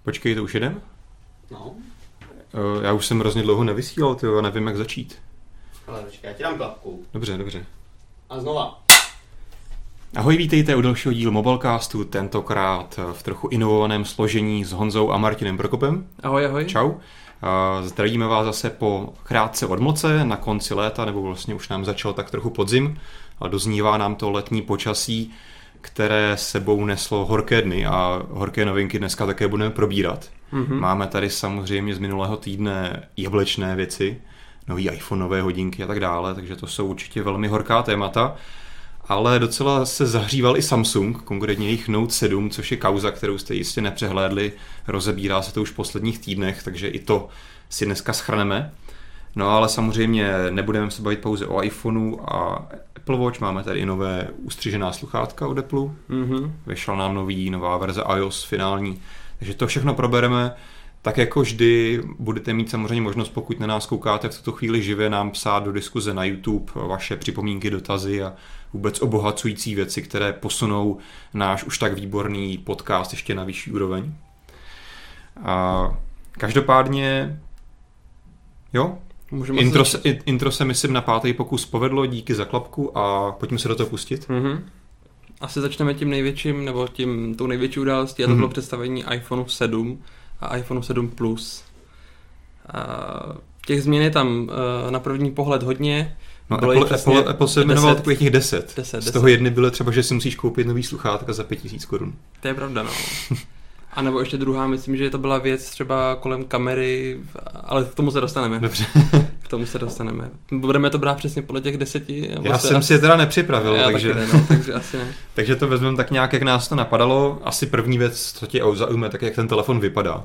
Počkej, to už jedem? No. Já už jsem hrozně dlouho nevysílal, tyjo, nevím, jak začít. Ale počkej, já ti dám klapku. Dobře. A znova. Ahoj, vítejte u dalšího dílu Mobilecastu, tentokrát v trochu inovovaném složení s Honzou a Martinem Prokopem. Ahoj. Čau. Zdravíme vás zase po krátce odmlce na konci léta, nebo vlastně už nám začal tak trochu podzim, ale doznívá nám to letní počasí, které sebou neslo horké dny a horké novinky dneska také budeme probírat. Máme tady samozřejmě z minulého týdne jablečné věci, nový iPhone, nové hodinky a tak dále, takže to jsou určitě velmi horká témata. Ale docela se zahříval i Samsung, konkrétně jejich Note 7, což je kauza, kterou jste jistě nepřehlédli. Rozebírá se to už v posledních týdnech, takže i to si dneska shrneme. No ale samozřejmě nebudeme se bavit pouze o iPhoneu a Apple Watch. Máme tady i nové ustřižená sluchátka od Apple. Vyšla nám nová verze iOS finální. Takže to všechno probereme. Tak jako vždy budete mít samozřejmě možnost, pokud na nás koukáte v tuto chvíli živě, nám psát do diskuze na YouTube vaše připomínky, dotazy a vůbec obohacující věci, které posunou náš už tak výborný podcast ještě na vyšší úroveň. A každopádně, jo, intro se myslím na 5. pokus povedlo, díky za klapku a pojďme se do toho pustit. Asi začneme tím největším, nebo tou největší událostí, a to bylo představení iPhone 7 a iPhone 7 Plus. Těch změn je tam na první pohled hodně. No, Apple se jmenoval takových těch 10. Z toho jedny bylo třeba, že si musíš koupit nový sluchátka za 5000 korun. To je pravda, no. A nebo ještě druhá, myslím, že to byla věc třeba kolem kamery, ale k tomu se dostaneme. Dobře. K tomu se dostaneme. Budeme to brát přesně podle těch 10. Já jsem si je teda nepřipravil, takže... Ne, no, takže asi ne. Takže to vezmeme tak nějak, jak nás to napadalo. Asi první věc, co tě zaujme, tak jak ten telefon vypadá.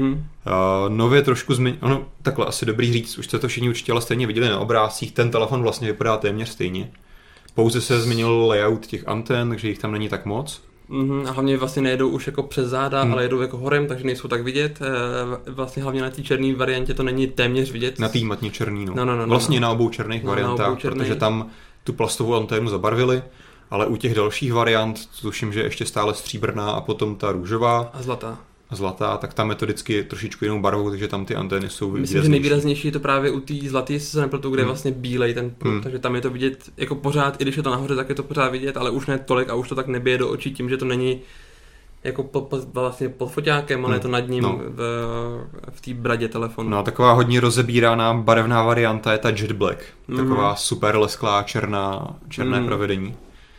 Nově trošku ono takhle asi dobrý říct, už jste to všichni určitě ale stejně viděli na obrázcích, ten telefon vlastně vypadá téměř stejně. Pouze se změnil layout těch antén, takže jich tam není tak moc. A hlavně vlastně nejedou už jako přes záda, ale jedou jako horem, takže nejsou tak vidět. Vlastně hlavně na té černé variantě to není téměř vidět. Na té matně černý, no. No. Vlastně na obou černých variantách, protože tam tu plastovou anténu zabarvili, ale u těch dalších variant, tuším, že ještě stále stříbrná a potom ta růžová. A zlatá, tak tam je to vždycky trošičku jinou barvou, takže tam ty antény jsou výraznější. Myslím, že nejvýraznější je to právě u té zlaté, jestli se nepletu, kde je vlastně bílej ten prut, takže tam je to vidět jako pořád, i když je to nahoře, tak je to pořád vidět, ale už ne tolik a už to tak nebije do očí tím, že to není jako vlastně pod foťákem, ale je to nad ním v té bradě telefonu. No, taková hodně rozebíraná barevná varianta je ta Jet Black, taková super lesklá černé provedení.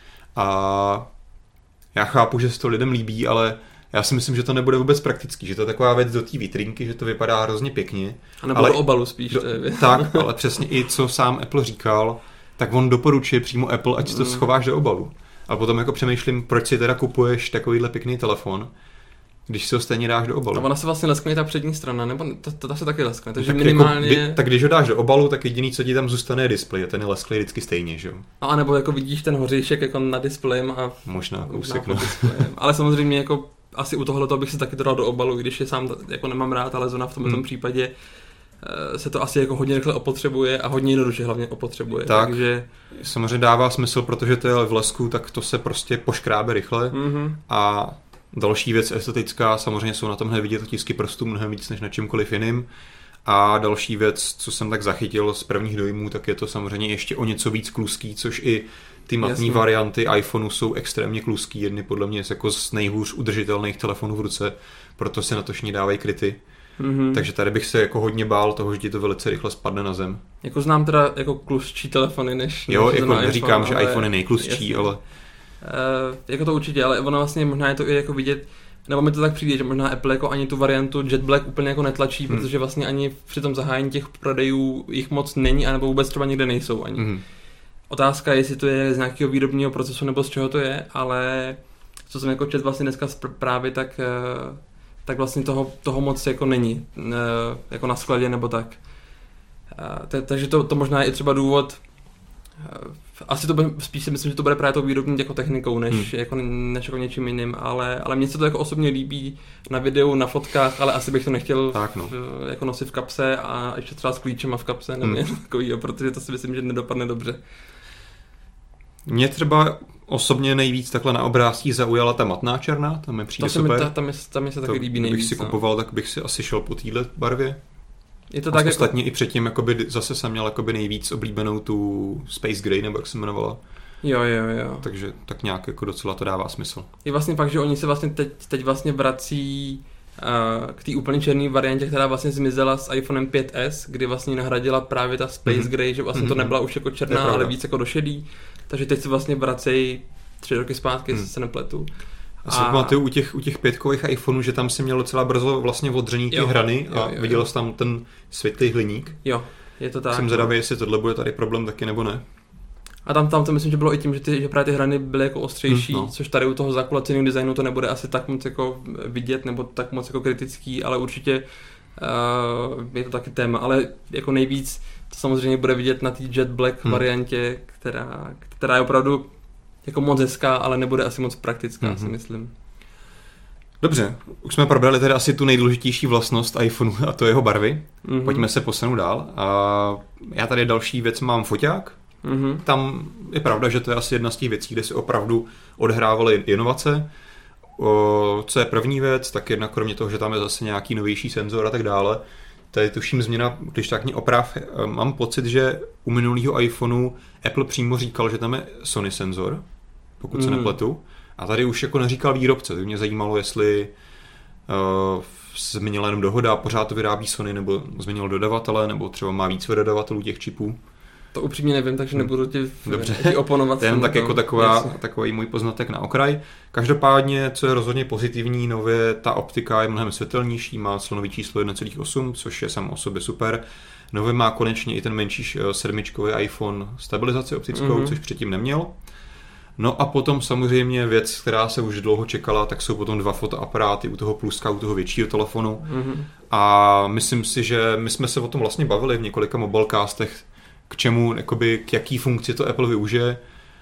A já chápu, že se to lidem líbí, ale já si myslím, že to nebude vůbec praktický, že to je taková věc do té vitrínky, že to vypadá hrozně pěkně. A nebo do obalu spíš. Tak, ale přesně i co sám Apple říkal, tak on doporučuje přímo Apple, ať si to schováš do obalu. A potom jako přemýšlím, proč si teda kupuješ takovýhle pěkný telefon, když si ho stejně dáš do obalu. A ona se vlastně leskne ta přední strana, nebo ta se taky leskne, takže tak minimálně... tak když ho dáš do obalu, tak jediný, co ti tam zůstane, je displej a ten je lesklý vždycky stejně, že jo? A nebo jako vidíš ten hoříšek jako nad displejem a... Možná kousek, no. Ale samozřejmě jako asi u tohoto bych si taky to dal do obalu, když je sám jako nemám rád, ale zrovna v tomto případě se to asi jako hodně rychle opotřebuje a hodně jednoduše hlavně opotřebuje. Takže samozřejmě dává smysl, protože to je v lesku, tak to se prostě poškrábe rychle. A další věc estetická, samozřejmě jsou na tom hned vidět otisky prstů mnohem víc než na čemkoliv jiným. A další věc, co jsem tak zachytil z prvních dojmů, tak je to samozřejmě ještě o něco víc kluský, což i ty matní varianty iPhoneu jsou extrémně kluský, jedny podle mě jako z nejhůř udržitelných telefonů v ruce, proto se na to všichni dávají kryty. Takže tady bych se jako hodně bál toho, že ti to velice rychle spadne na zem. Jako znám teda jako klustší telefony než jako neříkám, že iPhone je nejklustší, ale... jako to určitě, ale ono vlastně možná je to i jako vidět, nebo mi to tak přijde, že možná Apple jako ani tu variantu Jet Black úplně jako netlačí, protože vlastně ani při tom zahájení těch prodejů jich moc není, anebo vůbec třeba nikde nejsou ani. Otázka je, jestli to je z nějakého výrobního procesu nebo z čeho to je, ale co jsem jako čet vlastně dneska právě, tak vlastně toho moc jako není, jako na skladě nebo tak. Takže to možná je i třeba důvod, asi to bude, spíš si myslím, že to bude právě tou výrobní jako technikou, než jako něčím jiným, ale mně se to jako osobně líbí na videu, na fotkách, ale asi bych to nechtěl jako nosit v kapse a ještě třeba s klíčema v kapse nebo něco takového, protože to si myslím, že nedopadne dobře. Mě třeba osobně nejvíc takhle na obrázcích zaujala ta matná černá, tam mi přijde super. Tam se taky líbí nejvíc. Kdybych si kupoval, tak bych si asi šel po téhle barvě. Je to tak ostatně jako... i předtím jakoby, zase jsem měl jakoby nejvíc oblíbenou tu Space Gray, nebo jak se jmenovala. Jo. Takže tak nějak jako docela to dává smysl. Je vlastně fakt, že oni se vlastně teď vlastně vrací k té úplně černé variantě, která vlastně zmizela s iPhonem 5S, kdy vlastně nahradila právě ta Space Gray, že vlastně to nebyla už jako černá, ale víc jako do šedý. Takže teď se vlastně vracejí 3 roky zpátky, se nepletu. Já si pamatuju u těch 5kových iPhoneů, že tam si měl docela brzo vlastně odřený ty hrany a viděl jsi tam ten světlý hliník. Jo, je to tak. Jsem zvědavý, jestli tohle bude tady problém taky nebo ne. A tam to myslím, že bylo i tím, že právě ty hrany byly jako ostřejší, což tady u toho zakulaceného designu to nebude asi tak moc jako vidět nebo tak moc jako kritický, ale určitě je to taky téma. Ale jako nejvíc to samozřejmě bude vidět na té Jet Black variantě, která je opravdu jako moc hezká, ale nebude asi moc praktická, si myslím. Dobře, už jsme probrali tedy asi tu nejdůležitější vlastnost iPhoneu a to jeho barvy. Pojďme se posunout dál. Já tady další věc mám foťák. Tam je pravda, že to je asi jedna z těch věcí, kde se opravdu odehrávaly inovace. Co je první věc, tak jedna kromě toho, že tam je zase nějaký novější senzor a tak dále. Tady tuším změna, když tak mě oprav, mám pocit, že u minulého iPhoneu Apple přímo říkal, že tam je Sony senzor, pokud se nepletu. A tady už jako neříkal výrobce, tak mě zajímalo, jestli změnila jenom dohoda a pořád to vyrábí Sony, nebo změnil dodavatele, nebo třeba má víc dodavatelů těch čipů. To upřímně nevím, takže nebudu ti oponovat. To je tak jako takový můj poznatek na okraj. Každopádně, co je rozhodně pozitivní, nově ta optika je mnohem světelnější, má slonový číslo 1,8, což je sam o sobě super. Nově má konečně i ten menší 7-čkový iPhone stabilizaci optickou, což předtím neměl. No a potom samozřejmě věc, která se už dlouho čekala, tak jsou potom 2 fotoaparáty u toho pluska, u toho většího telefonu. A myslím si, že my jsme se o tom vlastně bavili v několika mobilecastech, k čemu, jakoby, k jaký funkci to Apple využije.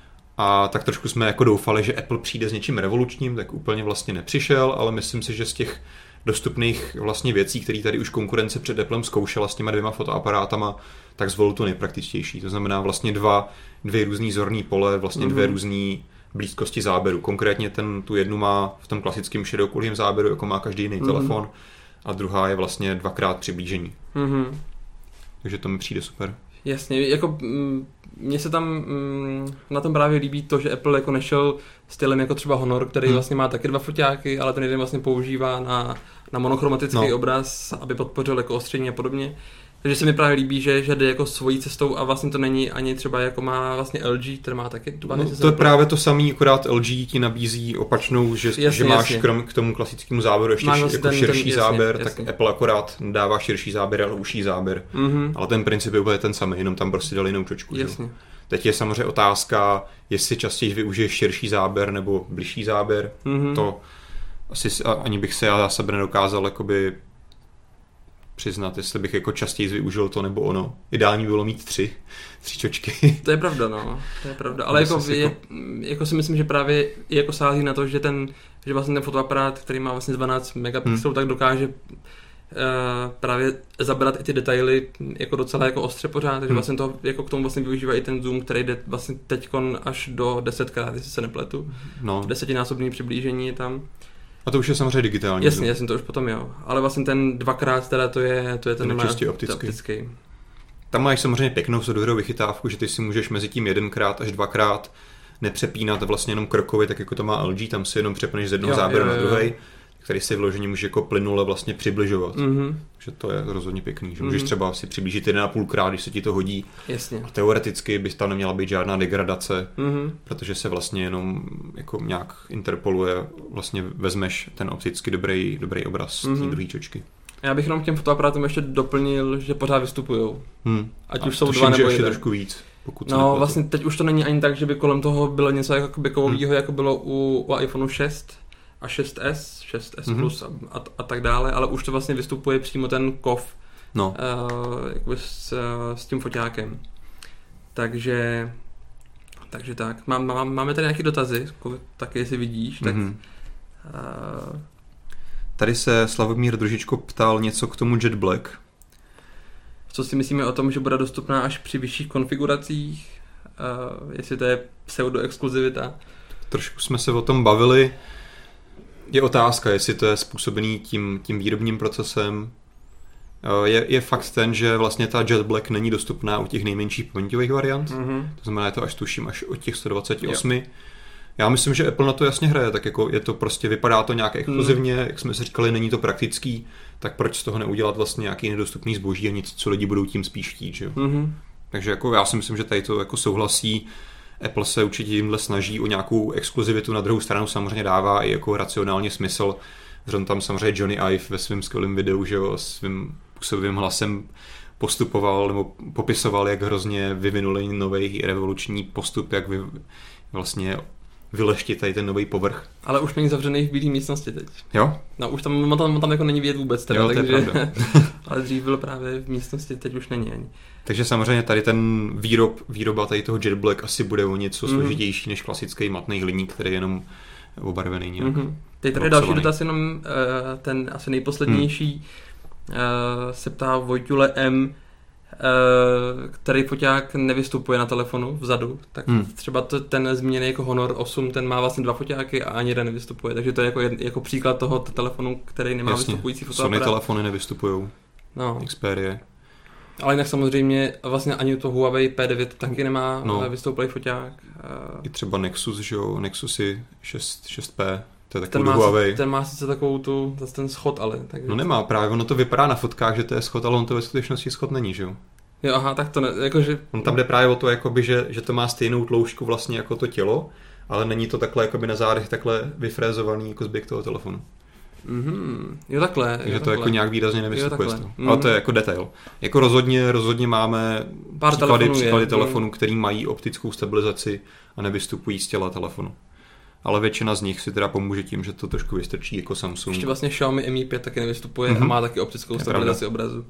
A tak trošku jsme jako doufali, že Apple přijde s něčím revolučním, tak úplně vlastně nepřišel, ale myslím si, že z těch dostupných vlastně věcí, které tady už konkurence před Applem zkoušela s těma 2 fotoaparátama, tak zvolil to nejpraktičtější. To znamená vlastně dvě různý zorný pole, vlastně 2 různý blízkosti záběru. Konkrétně tu jednu má v tom klasickém širokouhlém záběru, jako má každý jiný telefon, a druhá je vlastně 2x přiblížení. Takže to mi přijde super. Jasně, jako mně se tam na tom právě líbí to, že Apple jako nešel stylem jako třeba Honor, který vlastně má taky 2 foťáky, ale ten jeden vlastně používá na monochromatický obraz, aby podpořil jako ostření a podobně. Takže se mi právě líbí, že jde jako svojí cestou a vlastně to není ani třeba jako má vlastně LG, který má taky 2. To je právě to samý, akorát LG ti nabízí opačnou, že máš krom k tomu klasickému záběru ještě vlastně jako širší záběr, tak Apple akorát dává širší záběr, ale užší záběr. Ale ten princip je úplně ten samý, jenom tam prostě dali jinou čočku. Teď je samozřejmě otázka, jestli častěji využiješ širší záběr nebo bližší záběr. To asi ani bych se já za sebe nedokázal jakoby přiznat, jestli bych jako častěji využil to nebo ono. Ideální bylo mít 3 čočky. To je pravda, no. To je pravda. Ale jako si myslím, že právě jako sází na to, že vlastně ten fotoaparát, který má vlastně 12 megapixelů, tak dokáže právě zabrat i ty detaily jako docela jako ostře pořád, takže vlastně to jako k tomu vlastně využívá i ten zoom, který jde vlastně teďkon až do 10x, jestli se nepletu. 10násobný přiblížení tam. A to už je samozřejmě digitální. Jasně, to už potom jo. Ale vlastně ten 2x teda to je ten čistě optický. Tam máš samozřejmě pěknou softwarovou vychytávku, že ty si můžeš mezi tím 1x až 2x nepřepínat vlastně jenom krokově, tak jako to má LG, tam si jenom přepneš z jednoho záběru na druhý, který si vloženě může jako plynule vlastně přibližovat. Takže to je rozhodně pěkný, že můžeš třeba si přiblížit 1,5x, když se ti to hodí. Jasně. A teoreticky by tam neměla být žádná degradace, protože se vlastně jenom jako nějak interpoluje, vlastně vezmeš ten opticky dobrý obraz z té druhé čočky. Já bych jenom k těm fotoaparátům ještě doplnil, že pořád vystupujou. Ať už jsou 2 nebo 1. trošku víc. No vlastně teď už to není ani tak, že by kolem toho bylo něco jako kovovýho, jako bylo u iPhoneu 6 a 6S, 6S Plus a tak dále, ale už to vlastně vystupuje přímo ten kov jakoby s tím foťákem. Takže tak. Máme tady nějaké dotazy, taky jestli vidíš. Tak, tady se Slavomír Družičko ptal něco k tomu Jet Black. Co si myslíme o tom, že bude dostupná až při vyšších konfiguracích? jestli to je pseudo-exkluzivita. Trošku jsme se o tom bavili. Je otázka, jestli to je způsobený tím výrobním procesem. Je fakt ten, že vlastně ta Jet Black není dostupná u těch nejmenších paměťových variant. To znamená, je to tuším až od těch 128. Jo. Já myslím, že Apple na to jasně hraje, tak jako je to prostě, vypadá to nějak exkluzivně, jak jsme si říkali, není to praktický, tak proč z toho neudělat vlastně nějaký nedostupný zboží a nic, co lidi budou tím spíš chtít, že? Takže jako já si myslím, že tady to jako souhlasí. Apple se určitě tímhle snaží o nějakou exkluzivitu, na druhou stranu samozřejmě dává i jako racionálně smysl. Zrovna tam samozřejmě Johnny Ive ve svém skvělém videu, že jo, svým působivým hlasem postupoval nebo popisoval, jak hrozně vyvinuli nový revoluční postup, jak vlastně vyleštit tady ten nový povrch. Ale už není zavřený v bílé místnosti teď. Jo? No už tam jako není vidět vůbec teda, jo, takže ale dřív byl právě v místnosti, teď už není ani. Takže samozřejmě tady ten výroba tady toho Jet Black asi bude o něco složitější než klasický matný hliník, který je jenom obarvený nějak. Teď tady další dotaz, jenom ten asi nejposlednější, se ptá Vojtule M, který foťák nevystupuje na telefonu vzadu, tak třeba ten zmíněný jako Honor 8, ten má vlastně 2 foťáky a ani jeden nevystupuje, takže to je jako příklad toho telefonu, který nemá vystupující fotoaparát. Sony telefony nevystupujou, Xperia. Ale jinak samozřejmě vlastně ani to Huawei P9 taky nemá vystouplý foťák. I třeba Nexus, že jo, Nexusy 6P. To je takový Huawei. Ten má sice takovou ten schod, ale... Takže... No nemá právě, ono to vypadá na fotkách, že to je schod, ale on to ve skutečnosti schod není, že jo? Jo, aha, tak to ne, jakože... On tam jde právě o to, jakoby, že to má stejnou tloušťku vlastně jako to tělo, ale není to takhle jakoby na zádech takhle vyfrézovaný jako zbytek toho telefonu. Jo, takhle. Takže to jako nějak výrazně nevystupuje z toho. Ale to je jako detail. Jako rozhodně máme příklady telefonů, který mají optickou stabilizaci a nevystupují z těla telefonu. Ale většina z nich si teda pomůže tím, že to trošku vystrčí jako Samsung. Ještě vlastně Xiaomi Mi 5 taky nevystupuje a má taky optickou stabilizaci obrazu.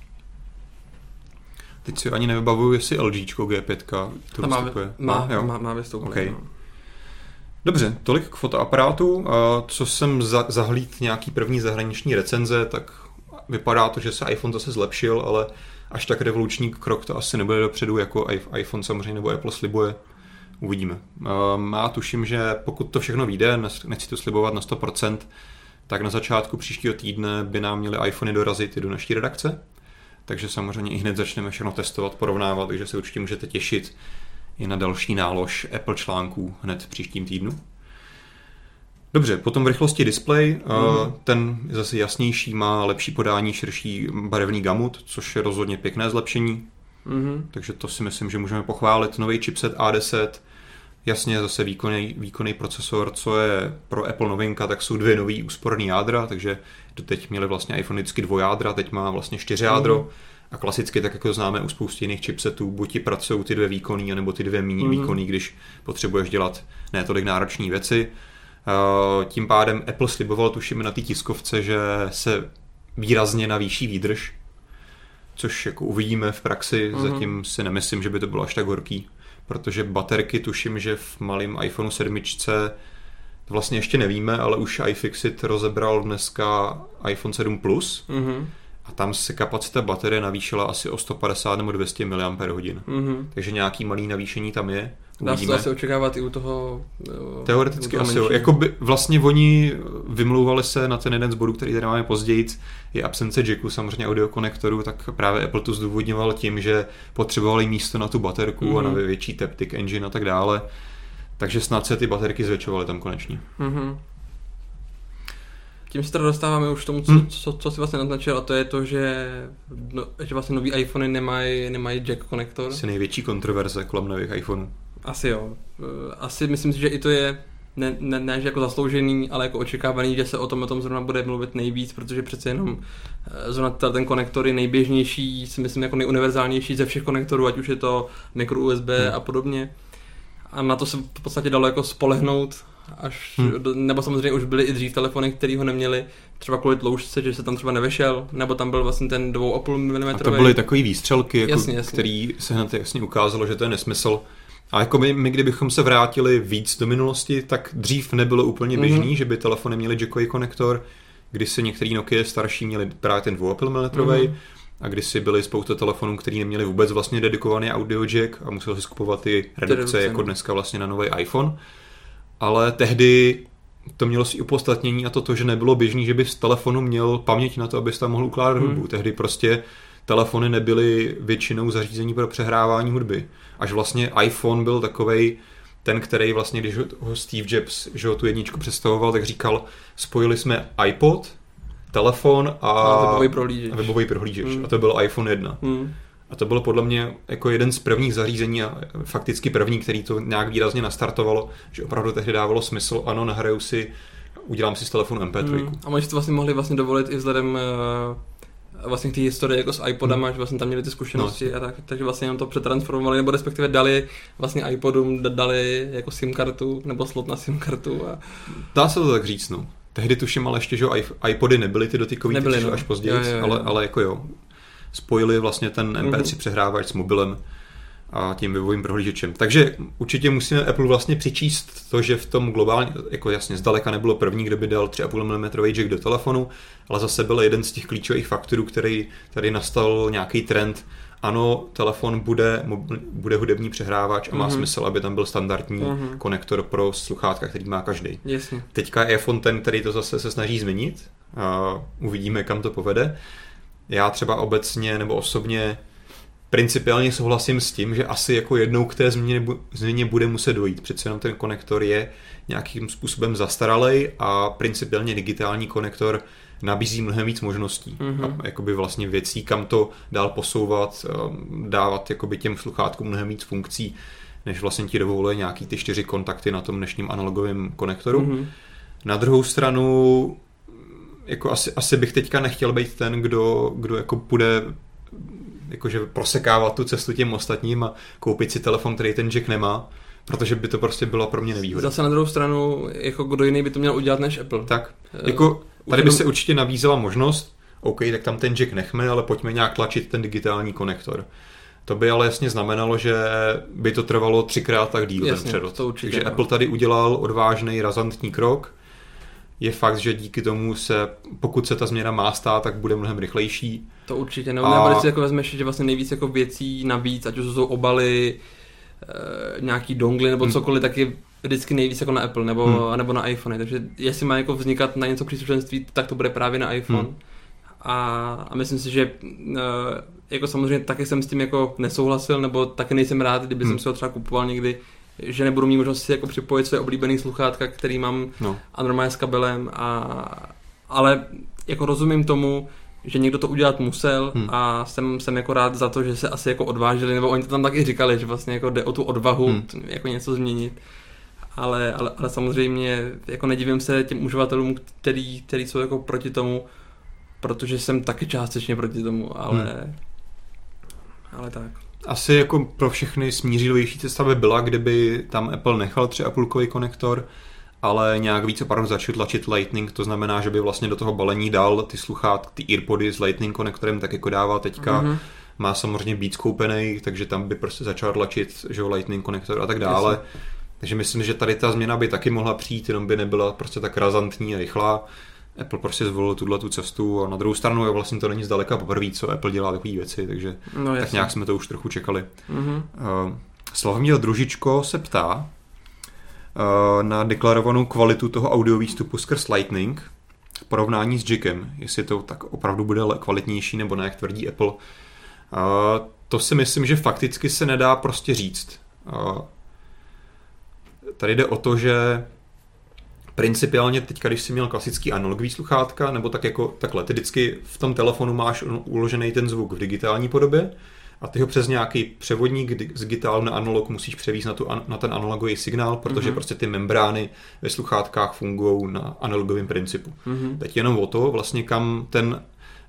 Teď si ani nevybavuju, jestli LGčko G5 to vystupuje. Má vystupuje. Okay. Dobře, tolik k fotoaparátu. Co jsem zahlídl nějaký první zahraniční recenze, tak vypadá to, že se iPhone zase zlepšil, ale až tak revoluční krok to asi nebude dopředu, jako iPhone samozřejmě nebo Apple slibuje. Uvidíme. Já tuším, že pokud to všechno vyjde, nechci to slibovat na 100%, tak na začátku příštího týdne by nám měly iPhony dorazit i do naší redakce. Takže samozřejmě i hned začneme všechno testovat, porovnávat, takže se určitě můžete těšit i na další nálož Apple článků hned v příštím týdnu. Dobře, potom v rychlosti display, ten je zase jasnější, má lepší podání, širší barevný gamut, což je rozhodně pěkné zlepšení. Takže to si myslím, že můžeme pochválit. Nový chipset A10, jasně zase výkonný procesor, co je pro Apple novinka, tak jsou 2 nový úsporný jádra, takže doteď měli vlastně iPhone vždycky 2 jádra, teď má vlastně 4 jádro a klasicky, tak jako známe u spousty jiných chipsetů, buď ti pracují ty 2 výkonný, anebo ty 2 méně výkonný, když potřebuješ dělat ne tolik náročné věci. Tím pádem Apple sliboval, tuším na té tiskovce, že se výrazně navýší výdrž, což jako uvidíme v praxi, zatím si nemyslím, že by to bylo až tak horký, protože baterky tuším, že v malém iPhone 7 to vlastně ještě nevíme, ale už iFixit rozebral dneska iPhone 7 Plus a tam se kapacita baterie navýšila asi o 150 nebo 200 mAh. Takže nějaký malý navýšení tam je. Dá se to asi očekávat i u toho... Teoreticky asi jo. Jakoby vlastně oni vymlouvali se na ten jeden z bodů, který tady máme později, je absence jacku, samozřejmě audio konektoru, tak právě Apple to zdůvodňoval tím, že potřebovali místo na tu baterku a na větší Taptic Engine a tak dále. Takže snad se ty baterky zvětšovaly tam konečně. Tím se teda dostáváme už k tomu, co si vlastně naznačil, a to je to, že vlastně nový iPhony nemají jack konektor. Asi největší kontroverze kolem nových iPhoneů. Asi jo. Asi myslím si, že i to je ne že jako zasloužený, ale jako očekávaný, že se o tom zrovna bude mluvit nejvíc, protože přece jenom zrovna ten konektor je nejběžnější, si myslím jako nejuniverzálnější ze všech konektorů, ať už je to micro USB a podobně. A na to se v podstatě dalo jako spolehnout, nebo samozřejmě už byly i dřív telefony, který ho neměli, třeba kvůli tloušťce, že se tam třeba nevešel, nebo tam byl vlastně ten 2,5 mm. A to byly takový výstřelky, jako, jasně. který se hned jasně ukázalo, že to je nesmysl. A jako my kdybychom se vrátili víc do minulosti, tak dřív nebylo úplně běžný, že by telefony měly jackový konektor, když se některý Nokia starší měli právě ten 2,5 mm. a kdysi byly spousta telefonů, který neměli vůbec vlastně dedikovaný audio jack a musel si skupovat ty redukce jako dneska vlastně na nový iPhone. Ale tehdy to mělo si opodstatnění a to, že nebylo běžný, že by z telefonu měl paměť na to, abys tam mohl ukládat hudbu. Tehdy prostě telefony nebyly většinou zařízení pro přehrávání hudby. Až vlastně iPhone byl takovej ten, který vlastně, když ho Steve Jobs, že ho tu jedničku představoval, tak říkal, spojili jsme iPod, telefon a webový prohlížeč. A to byl iPhone 1. A to bylo podle mě jako jeden z prvních zařízení a fakticky první, který to nějak výrazně nastartovalo, že opravdu tehdy dávalo smysl, ano, nahraju si, udělám si z telefonu MP3. A oni si to vlastně mohli vlastně dovolit i vzhledem vlastně k té historii jako s iPodama, že vlastně tam měli ty zkušenosti a tak, takže vlastně jenom to přetransformovali, nebo respektive dali vlastně iPodům, dali jako SIM kartu, nebo slot na SIM kartu. A... Dá se to tak říct, no. Tehdy tuším, ale ještě, že iPody nebyly ty dotykový, až později, ale jako jo. Spojili vlastně ten MP3 přehrávač s mobilem a tím webovým prohlížečem. Takže určitě musíme Apple vlastně přičíst to, že v tom globálně, jako jasně zdaleka nebylo první, kdo by dal 3,5 mm jack do telefonu, ale zase byl jeden z těch klíčových faktorů, který tady nastal nějaký trend. Ano, telefon bude hudební přehrávač a má smysl, aby tam byl standardní konektor pro sluchátka, který má každý. Jasně. Teďka je iPhone ten, který to zase se snaží změnit. Uvidíme, kam to povede. Já třeba obecně nebo osobně principiálně souhlasím s tím, že asi jako jednou k té změně bude muset dojít. Přece jenom ten konektor je nějakým způsobem zastaralej a principiálně digitální konektor nabízí mnohem víc možností. A jakoby vlastně věcí, kam to dál posouvat, dávat jakoby těm sluchátkům mnohem víc funkcí, než vlastně ti dovoluje nějaký ty 4 kontakty na tom dnešním analogovém konektoru. Na druhou stranu jako asi bych teďka nechtěl být ten, kdo jako bude jakože prosekávat tu cestu těm ostatním a koupit si telefon, který ten jack nemá, protože by to prostě byla pro mě nevýhoda. Zase na druhou stranu, jako kdo jiný by to měl udělat než Apple. Tak, jako tady by se určitě nabízela možnost, OK, tak tam ten jack nechme, ale pojďme nějak tlačit ten digitální konektor. To by ale jasně znamenalo, že by to trvalo 3x tak díl ten přerod. Takže Apple tady udělal odvážný, razantní krok. Je fakt, že díky tomu pokud se ta změna má stát, tak bude mnohem rychlejší. To určitě, nebo si jako vezmeš, že vlastně nejvíc jako věcí navíc, ať už jsou obaly, nějaký dongly nebo cokoliv, tak je vždycky nejvíc jako na Apple nebo na iPhone. Takže jestli má jako vznikat na něco příslušenství, tak to bude právě na iPhone. A myslím si, že jako samozřejmě taky jsem s tím jako nesouhlasil, nebo taky nejsem rád, kdyby jsem si ho třeba kupoval někdy, že nebudu mít možnost si jako připojit své oblíbený sluchátka, který mám a normálně s kabelem, ale jako rozumím tomu, že někdo to udělat musel a jsem jako rád za to, že se asi jako odvážili, nebo oni to tam taky říkali, že vlastně jako jde o tu odvahu jako něco změnit. Ale samozřejmě jako nedivím se těm uživatelům, který jsou jako proti tomu, protože jsem taky částečně proti tomu, ale tak. Asi jako pro všechny smířlivější cesta by byla, kdyby tam Apple nechal 3,5kový konektor, ale nějak víc opravdu začít tlačit Lightning, to znamená, že by vlastně do toho balení dal ty sluchátky, ty earpody s Lightning konektorem, tak jako dává teďka. Má samozřejmě Beats koupený, takže tam by prostě začal tlačit, že Lightning konektor a tak dále. Jasně. Takže myslím, že tady ta změna by taky mohla přijít, jenom by nebyla prostě tak razantní a rychlá. Apple prostě zvolil tu cestu a na druhou stranu vlastně to není zdaleka poprvé, co Apple dělá takové věci, takže tak nějak jsme to už trochu čekali. Slavomír Družičko se ptá na deklarovanou kvalitu toho audio výstupu skrz Lightning v porovnání s jackem, jestli to tak opravdu bude kvalitnější nebo ne, jak tvrdí Apple. To si myslím, že fakticky se nedá prostě říct. Tady jde o to, že principiálně teďka, když jsi měl klasický analogový sluchátka, nebo tak jako takhle, ty vždycky v tom telefonu máš uložený ten zvuk v digitální podobě a ty ho přes nějaký převodník z digitálu na analog musíš převést na ten analogový signál, protože prostě ty membrány ve sluchátkách fungují na analogovém principu. Teď jenom o to, vlastně kam ten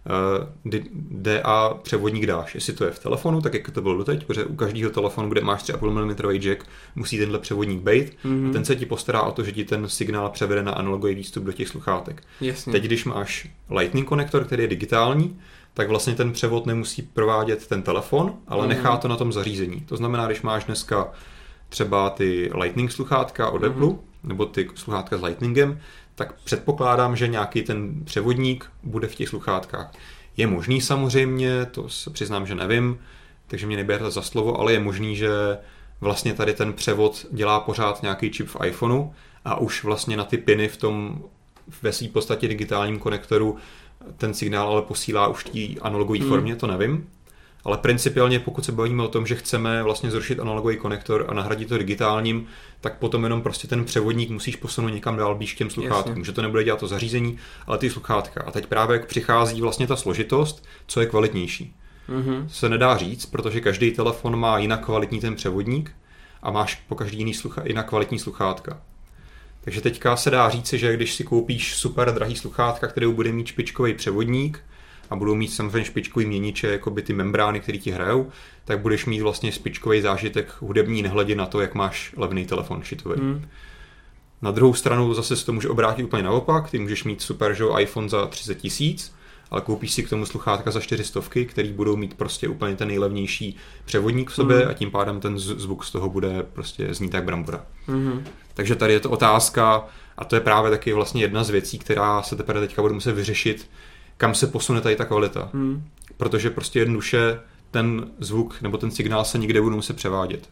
DA převodník dáš. Jestli to je v telefonu, tak jak to bylo doteď, protože u každého telefonu, kde máš 3,5 mm jack, musí tenhle převodník být a ten se ti postará o to, že ti ten signál převede na analogový výstup do těch sluchátek. Jasně. Teď, když máš Lightning konektor, který je digitální, tak vlastně ten převod nemusí provádět ten telefon, ale nechá to na tom zařízení. To znamená, když máš dneska třeba ty Lightning sluchátka od Apple, nebo ty sluchátka s Lightningem, tak předpokládám, že nějaký ten převodník bude v těch sluchátkách. Je možný samozřejmě, to se přiznám, že nevím, takže mě neberte za slovo, ale je možný, že vlastně tady ten převod dělá pořád nějaký čip v iPhoneu a už vlastně na ty piny ve své podstatě digitálním konektoru ten signál ale posílá už v té analogové formě, to nevím. Ale principiálně, pokud se bavíme o tom, že chceme vlastně zrušit analogový konektor a nahradit to digitálním, tak potom jenom prostě ten převodník musíš posunout někam dál blíž k těm sluchátkům. Že to nebude dělat to zařízení, ale ty sluchátka. A teď právě jak přichází vlastně ta složitost, co je kvalitnější. Se nedá říct, protože každý telefon má jinak kvalitní ten převodník a máš po každý jiný jinak kvalitní sluchátka. Takže teďka se dá říct, že když si koupíš super drahý sluchátka, který bude mít špičkový převodník a budou mít samozřejmě špičkový měniče, jako by ty membrány, které ti hrajou, tak budeš mít vlastně špičkový zážitek hudební, nehledě na to, jak máš levný telefon šitový. Na druhou stranu zase se to může obrátit úplně naopak, ty můžeš mít super iPhone za 30 000, ale koupíš si k tomu sluchátka za 400, který budou mít prostě úplně ten nejlevnější převodník v sobě a tím pádem ten zvuk z toho bude prostě znít jak brambora. Takže tady je to otázka a to je právě taky vlastně jedna z věcí, která se teprve teďka bude muset vyřešit, kam se posune tady ta kvalita. Protože prostě jednoduše ten zvuk nebo ten signál se nikde bude muset převádět.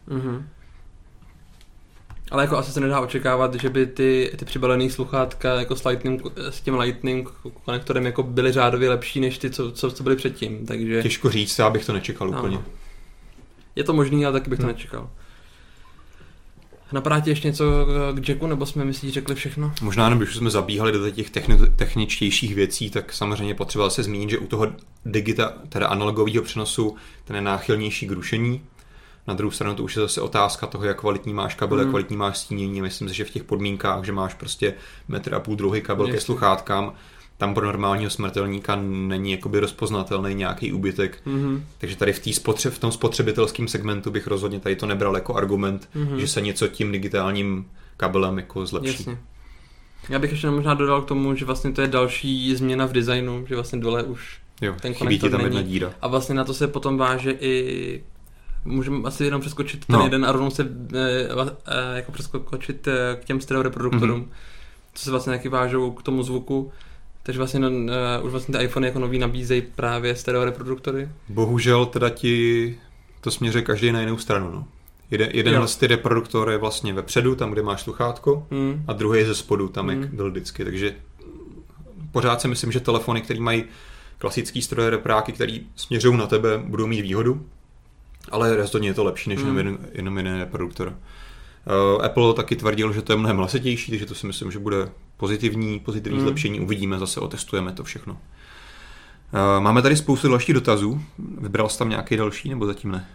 Ale jako asi se nedá očekávat, že by ty přibalený sluchátka jako s tím Lightning konektorem jako byly řádově lepší než ty, co byly předtím. Takže... Těžko říct, já bych to nečekal úplně. Je to možný, ale taky bych to nečekal. Napadá ti ještě něco k Jacku, nebo jsme myslíš řekli všechno? Možná jenom, když jsme zabíhali do těch techničtějších věcí, tak samozřejmě potřeba se zmínit, že u toho teda analogového přenosu ten je náchylnější k rušení. Na druhou stranu to už je zase otázka toho, jak kvalitní máš kabel, jak kvalitní máš stínění. Myslím si, že v těch podmínkách, že máš prostě 1,5 m kabel ke sluchátkám, tam pro normálního smrtelníka není jakoby rozpoznatelný nějaký úbytek. Takže tady v tom spotřebitelském segmentu bych rozhodně tady to nebral jako argument, že se něco tím digitálním kabelem jako zlepší. Jasně. Já bych ještě možná dodal k tomu, že vlastně to je další změna v designu, že vlastně dole už ten konektor tam není. Jedna díra. A vlastně na to se potom váže i můžeme asi jenom přeskočit ten jeden a rovnou se jako přeskočit k těm stereo reproduktorům, co se vlastně taky vážou k tomu zvuku. Takže vlastně už vlastně ty iPhony jako nový nabízejí právě stereo reproduktory. Bohužel teda ti to směřuje každý na jinou stranu. No. Jeden z ty reproduktor je vlastně vepředu, tam, kde máš sluchátko, a druhý je ze spodu, tam jak byl vždycky. Takže pořád si myslím, že telefony, které mají klasický stroje repráky, který směřují na tebe, budou mít výhodu, ale rozhodně je to lepší než jenom jeden reproduktor. Apple taky tvrdil, že to je mnohem hlasitější, takže to si myslím, že bude pozitivní zlepšení. Uvidíme, zase otestujeme to všechno. Máme tady spoustu dalších dotazů. Vybral jsi tam nějaký další, nebo zatím ne?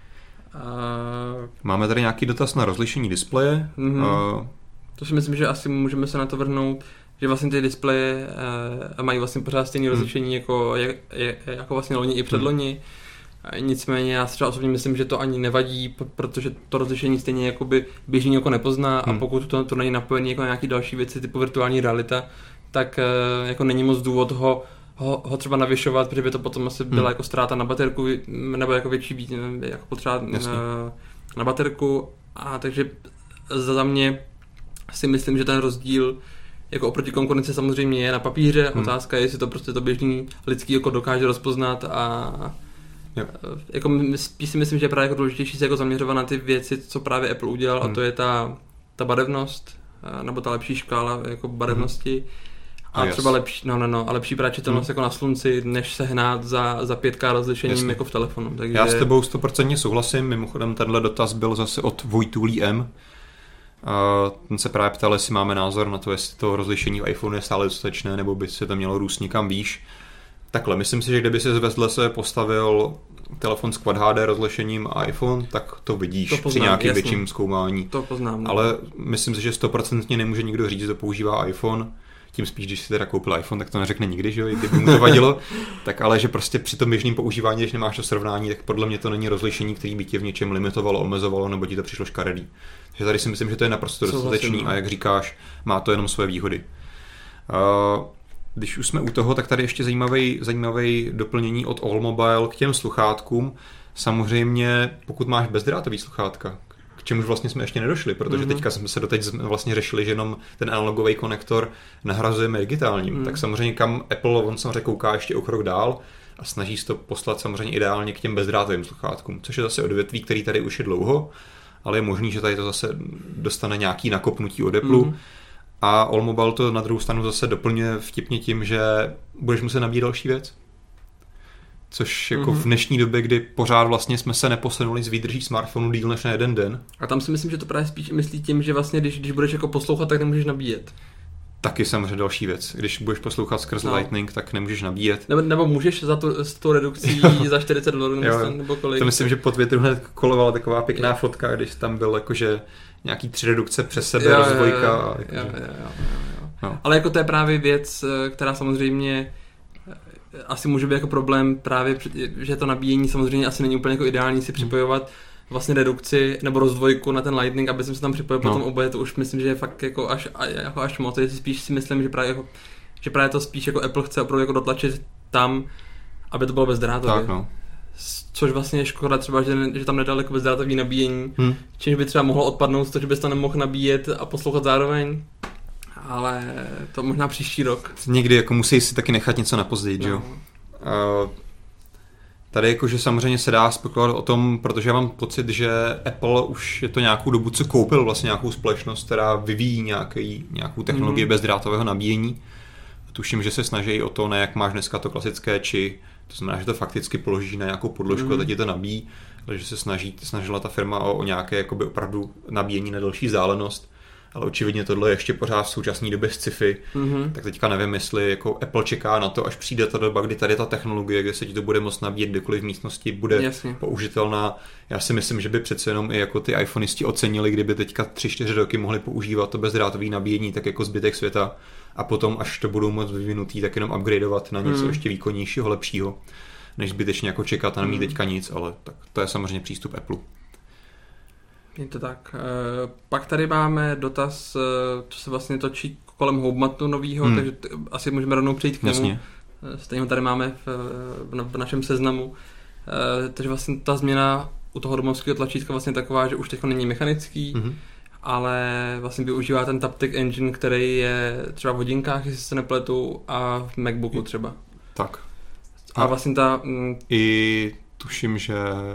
Máme tady nějaký dotaz na rozlišení displeje. To si myslím, že asi můžeme se na to vrhnout, že vlastně ty displeje mají vlastně pořád stejné rozlišení jako vlastně loni i předloni. Nicméně já si třeba osobně myslím, že to ani nevadí, protože to rozlišení stejně jakoby běžný jako nepozná a pokud to není napojené jako nějaký další věci typu virtuální realita, tak jako není moc důvod ho třeba navyšovat, protože by to potom asi byla jako ztráta na baterku nebo jako větší jako potřeba na baterku, a takže za mě si myslím, že ten rozdíl jako oproti konkurenci samozřejmě je na papíře. Otázka je, jestli to prostě to běžný lidský oko dokáže rozpoznat a jako spíš si myslím, že je právě jako důležitější se jako zaměřovat na ty věci, co právě Apple udělal, a to je ta barevnost, nebo ta lepší škála jako barevnosti a třeba lepší, a lepší právě čitelnost jako na slunci, než se hnát za 5K rozlišením jako v telefonu. Takže... Já s tebou 100% souhlasím, mimochodem tenhle dotaz byl zase od Vojtůlí M. Ten se právě ptal, jestli máme názor na to, jestli to rozlišení v iPhone je stále dostatečné, nebo by se to mělo růst někam výš. Takhle, myslím si, že kdyby si vedle se postavil telefon s Quad HD rozlišením a iPhone, tak to vidíš to poznám, při nějakým větším zkoumání. To poznám. Ale myslím si, že 100% nemůže nikdo říct, že používá iPhone. Tím spíš, když si teda koupil iPhone, tak to neřekne nikdy, že jo, kdyby mu to vadilo. Tak ale že prostě při tom běžném používání, když nemáš to srovnání, tak podle mě to není rozlišení, který by tě v něčem limitovalo, omezovalo, nebo ti to přišlo škaredý. Takže tady si myslím, že to je naprosto dostatečný a jak říkáš, má to jenom své výhody. Když už jsme u toho, tak tady ještě zajímavý doplnění od All Mobile k těm sluchátkům. Samozřejmě, pokud máš bezdrátový sluchátka, k čemuž vlastně jsme ještě nedošli, protože teďka jsme se doteď vlastně řešili, že jenom ten analogový konektor nahrazujeme digitálním. Tak samozřejmě kam Apple, on samozřejmě kouká ještě o krok dál a snaží se to poslat samozřejmě ideálně k těm bezdrátovým sluchátkům, což je zase odvětví, který tady už je dlouho, ale je možný, že tady to zase dostane nějaký nakopnutí od Apple. A Allmobile to na druhou stranu zase doplňuje vtipně tím, že budeš muset nabít další věc. Což jako v dnešní době, kdy pořád vlastně jsme se neposunuli z výdrží smartphonu díl než na jeden den. A tam si myslím, že to právě spíš myslí tím, že vlastně když budeš jako poslouchat, tak nemůžeš nabíjet. Taky samozřejmě další věc. Když budeš poslouchat skrz Lightning, tak nemůžeš nabíjet. Nebo můžeš s tou redukcí za $40 nebo kolik. To myslím, že pod větru hned kolovala taková pěkná fotka, když tam byl jakože nějaký 3 redukce přes sebe, rozdvojka. Jo. Ale jako to je právě věc, která samozřejmě asi může být jako problém právě, že to nabíjení samozřejmě asi není úplně jako ideální si připojovat vlastně redukci nebo rozdvojku na ten Lightning, aby jsem se tam připojil potom oboje, to už myslím, že je fakt jako až moc, spíš si myslím, že právě to spíš jako Apple chce opravdu jako dotlačit tam, aby to bylo bezdrátově. Tak no. Což vlastně je škoda třeba, že tam nedal jako bezdrátový nabíjení, čímž by třeba mohlo odpadnout to, že bys to nemohl nabíjet a poslouchat zároveň. Ale to možná příští rok. Někdy jako musí si taky nechat něco na později, jo. Tady jakože samozřejmě se dá spekulovat o tom, protože já mám pocit, že Apple už je to nějakou dobu, co koupil vlastně nějakou společnost, která vyvíjí nějakou technologii bezdrátového nabíjení. Tuším, že se snaží o to, ne jak máš dneska to klasické či, to znamená, že to fakticky položí na nějakou podložku a teď je to nabíjí, ale že se snažila ta firma o nějaké jakoby opravdu nabíjení na delší vzdálenost. Ale očividně tohle je ještě pořád v současné době sci-fi, tak teďka nevím, jestli jako Apple čeká na to, až přijde ta doba, kdy tady ta technologie, kde se ti to bude moct nabíjet kdekoliv v místnosti, bude použitelná. Já si myslím, že by přece jenom i jako ty iPhoneisti ocenili, kdyby teďka 3-4 roky mohli používat to bezdrátový nabíjení, tak jako zbytek světa, a potom, až to budou moc vyvinutý, tak jenom upgradeovat na něco ještě výkonnějšího, lepšího, než zbytečně jako čekat a nemít teďka nic, ale tak to je samozřejmě přístup Apple. Je to tak. Pak tady máme dotaz, co se vlastně točí kolem HomeMatu novýho, takže asi můžeme rovnou přejít k němu. Stejně tady máme v našem seznamu. Takže vlastně ta změna u toho domovského tlačítka vlastně taková, že už teď není mechanický, ale vlastně využívá ten Taptic Engine, který je třeba v hodinkách, jestli se nepletu, a v MacBooku třeba. Tak. A vlastně i tuším, že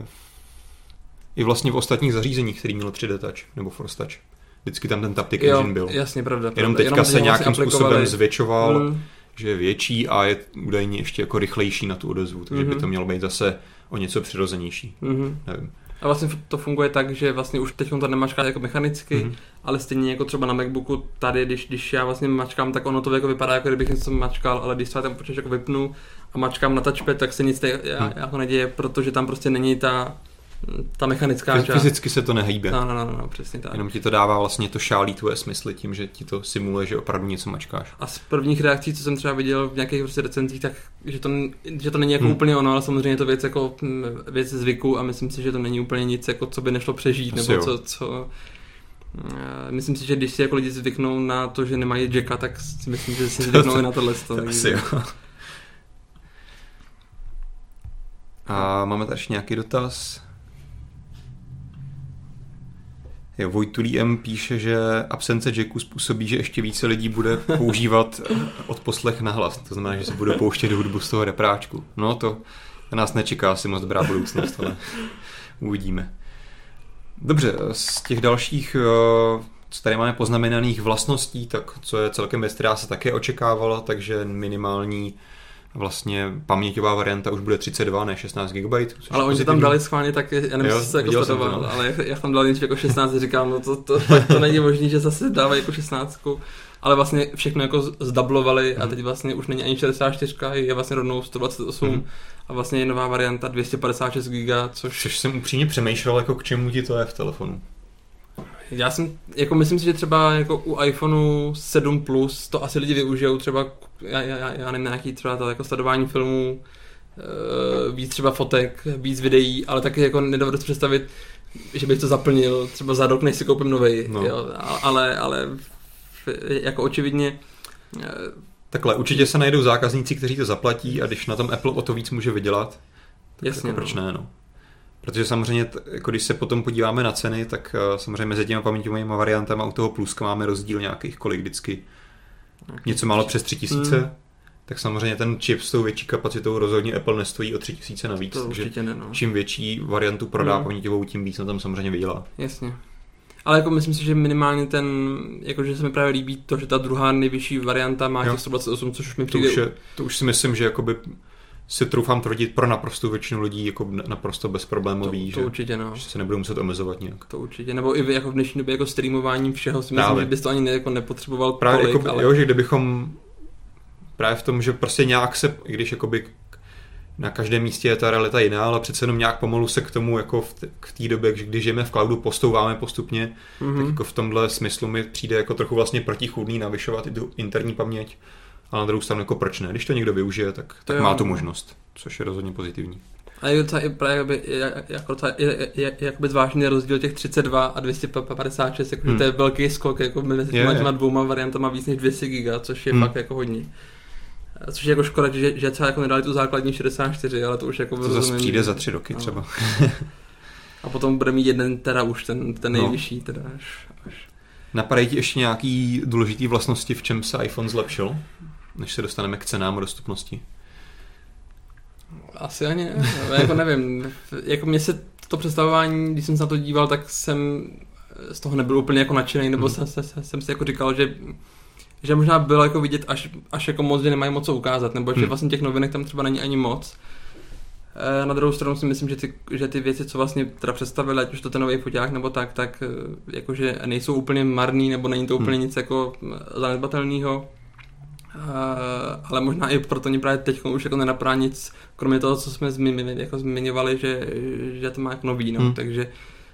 i vlastně v ostatních zařízeních, který mělo 3D Touch nebo Force Touch. Vždycky tam ten Taptic Engine byl. Jasně, pravda. Jenom teďka se nějakým způsobem zvětšoval, že je větší a je údajně ještě jako rychlejší na tu odezvu, takže by to mělo být zase o něco přirozenější. Nevím. A vlastně to funguje tak, že vlastně už teď to nemačká jako mechanicky, ale stejně jako třeba na MacBooku tady, když já vlastně mačkám, tak ono to jako vypadá, jako kdybych něco mačkal, ale když se ten počítač jako vypnu a mačkám na touchpad, tak se nic jako neděje, protože tam prostě není ta mechanická část. Fyzicky se to nehýbe. No, přesně tak. Jenom ti to dává vlastně to šálí tvoje smysly tím, že ti to simuluje, že opravdu něco mačkáš. A z prvních reakcí, co jsem třeba viděl v nějakých prostě recenzích, tak že to není jako úplně ono, ale samozřejmě je to věc zvyku a myslím si, že to není úplně nic, jako co by nešlo přežít, asi nebo co myslím si, že když si jako lidi zvyknou na to, že nemají jacka, tak si myslím, že si zvyknou i na tohle. Asi jo. A máme tady nějaký dotaz. Vojtulí M píše, že absence jacku způsobí, že ještě více lidí bude používat odposlech na hlas. To znamená, že se bude pouštět hudbu z toho repráčku. No to nás nečeká asi moc dobrá budoucnost, ale uvidíme. Dobře, z těch dalších, co tady máme poznamenaných vlastností, tak co je celkem věc, která se také očekávala, takže minimální vlastně paměťová varianta už bude 32, ne 16 GB. Ale oni tam dali schválně tak, já nevím, jestli se jako sledoval, ale jak tam dali jako 16, říkám, no to není možný, že zase dávají jako 16, ale vlastně všechno jako zdablovali a teď vlastně už není ani 64, je vlastně rovnou 128 a vlastně je nová varianta 256 GB, což jsem upřímně přemýšlel, jako k čemu ti to je v telefonu. Já jsem, jako myslím si, že třeba jako u iPhoneu 7 Plus to asi lidi využijou třeba, já nevím, nějaký třeba to jako sledování filmů, víc třeba fotek, víc videí, ale taky jako nedovedu si představit, že bych to zaplnil třeba za rok, než si koupím novej, jo, ale jako očividně. Takhle, určitě se najdou zákazníci, kteří to zaplatí a když na tom Apple o to víc může vydělat, tak jasně, jako proč ne, no. Protože samozřejmě, jako když se potom podíváme na ceny, tak samozřejmě mezi těma paměťovými variantama u toho pluska máme rozdíl nějakých kolik vždycky. Něco málo přes 3000. Tak samozřejmě ten čip s tou větší kapacitou rozhodně Apple nestojí o 3000 navíc. To určitě ne, no. Čím větší variantu prodá paměťovou, tím víc na tom samozřejmě vydělá. Jasně. Ale jako myslím si, že minimálně jakože se mi právě líbí to, že ta druhá nejvyšší varianta má těch 128, což už mi přijde. To už si myslím, že jakoby si troufám tvrdit pro naprostou většinu lidí jako naprosto bezproblémový, to určitě, no. Že se nebudou muset omezovat nějak. To určitě, nebo i jako v dnešní době jako streamováním všeho si myslím, že bys to ani jako nepotřeboval právě tolik, jakoby, ale... Jo, že kdybychom právě v tom, že prostě nějak se, i když jakoby na každém místě je ta realita jiná, ale přece jenom nějak pomalu se k tomu jako v té době, když žijeme v cloudu, postouváme postupně, tak jako v tomhle smyslu mi přijde jako trochu vlastně protichůdný navyšovat i tu interní paměť, ale na druhou stranu jako proč ne? Když to někdo využije, tak má tu možnost, což je rozhodně pozitivní. A je docela jakoby zvláštní rozdíl těch 32 a 256, jakože to je velký skok jako mezi těma dvouma variantama víc než 200 giga, což je fakt jako hodně. Což je jako škoda, že třeba jako nedali tu základní 64, ale to už jako... To zase přijde za 3 roky třeba. A potom bude mít 1 tera už, ten nejvyšší teda až. Napadají ti ještě nějaký důležitý vlastnosti, v čem se iPhone zlepšil, než se dostaneme k cenám a dostupnosti? Asi ani ne, jako nevím. Jako mně se to představování, když jsem se na to díval, tak jsem z toho nebyl úplně jako nadšený, nebo jsem si jako říkal, že možná bylo jako vidět až jako moc, že nemají moc co ukázat, nebo že vlastně těch novinek tam třeba není ani moc. Na druhou stranu si myslím, že ty věci, co vlastně teda představili, ať už to ten nový foťák nebo tak jakože nejsou úplně marný, nebo není to úplně nic jako zanedbatelného. Ale možná i proto mě právě teď už jako nenapadá nic, kromě toho, co jsme zmiňovali, že to má jako nový, no. Takže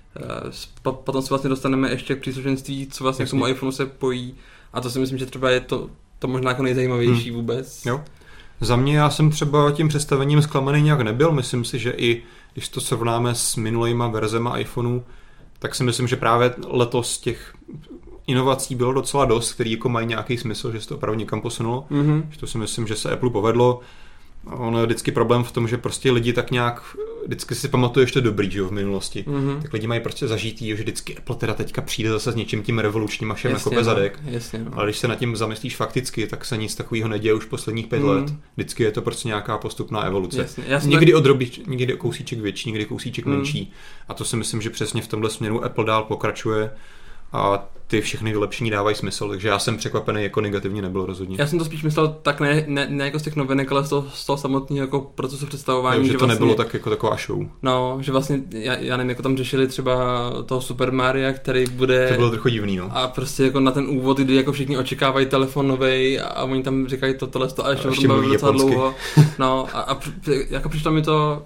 potom se vlastně dostaneme ještě k příslušenství, co vlastně k tomu iPhoneu se pojí, a to si myslím, že třeba je to možná jako nejzajímavější vůbec. Jo. Za mě já jsem třeba tím představením zklamaný nějak nebyl, myslím si, že i když to srovnáme s minulýma verzema iPhoneu, tak si myslím, že právě letos těch inovací bylo docela dost, který jako mají nějaký smysl, že se to opravdu někam posunulo. Že to si myslím, že se Apple povedlo. Ono je vždycky problém v tom, že prostě lidi tak nějak vždycky si pamatuje ještě dobrý, že jo, v minulosti. Tak lidi mají prostě zažitý, že vždycky Apple teda teďka přijde zase s něčím tím revolučním a všem jako bez zadek. Ale když se nad tím zamyslíš fakticky, tak se nic takového neděje už posledních 5 let. Vždycky je to prostě nějaká postupná evoluce. Někdy odrobíš, někdy kousíček větší, někdy kousíček menší. A to si myslím, že přesně v tomhle směru Apple dál pokračuje. A ty všechny vylepšení dávají smysl, takže já jsem překvapený, jako negativně nebylo rozhodně. Já jsem to spíš myslel tak ne jako z těch novinek, ale z toho samotného jako procesu představování. Že to vlastně nebylo tak jako taková show. No, že vlastně, já nevím, jako tam řešili třeba toho Super Maria, který bude... To bylo trochu divný, no. A prostě jako na ten úvod, kdy jako všichni očekávají telefon novej a oni tam říkají tohle a ještě mluví docela dlouho. No a jako přišlo mi to,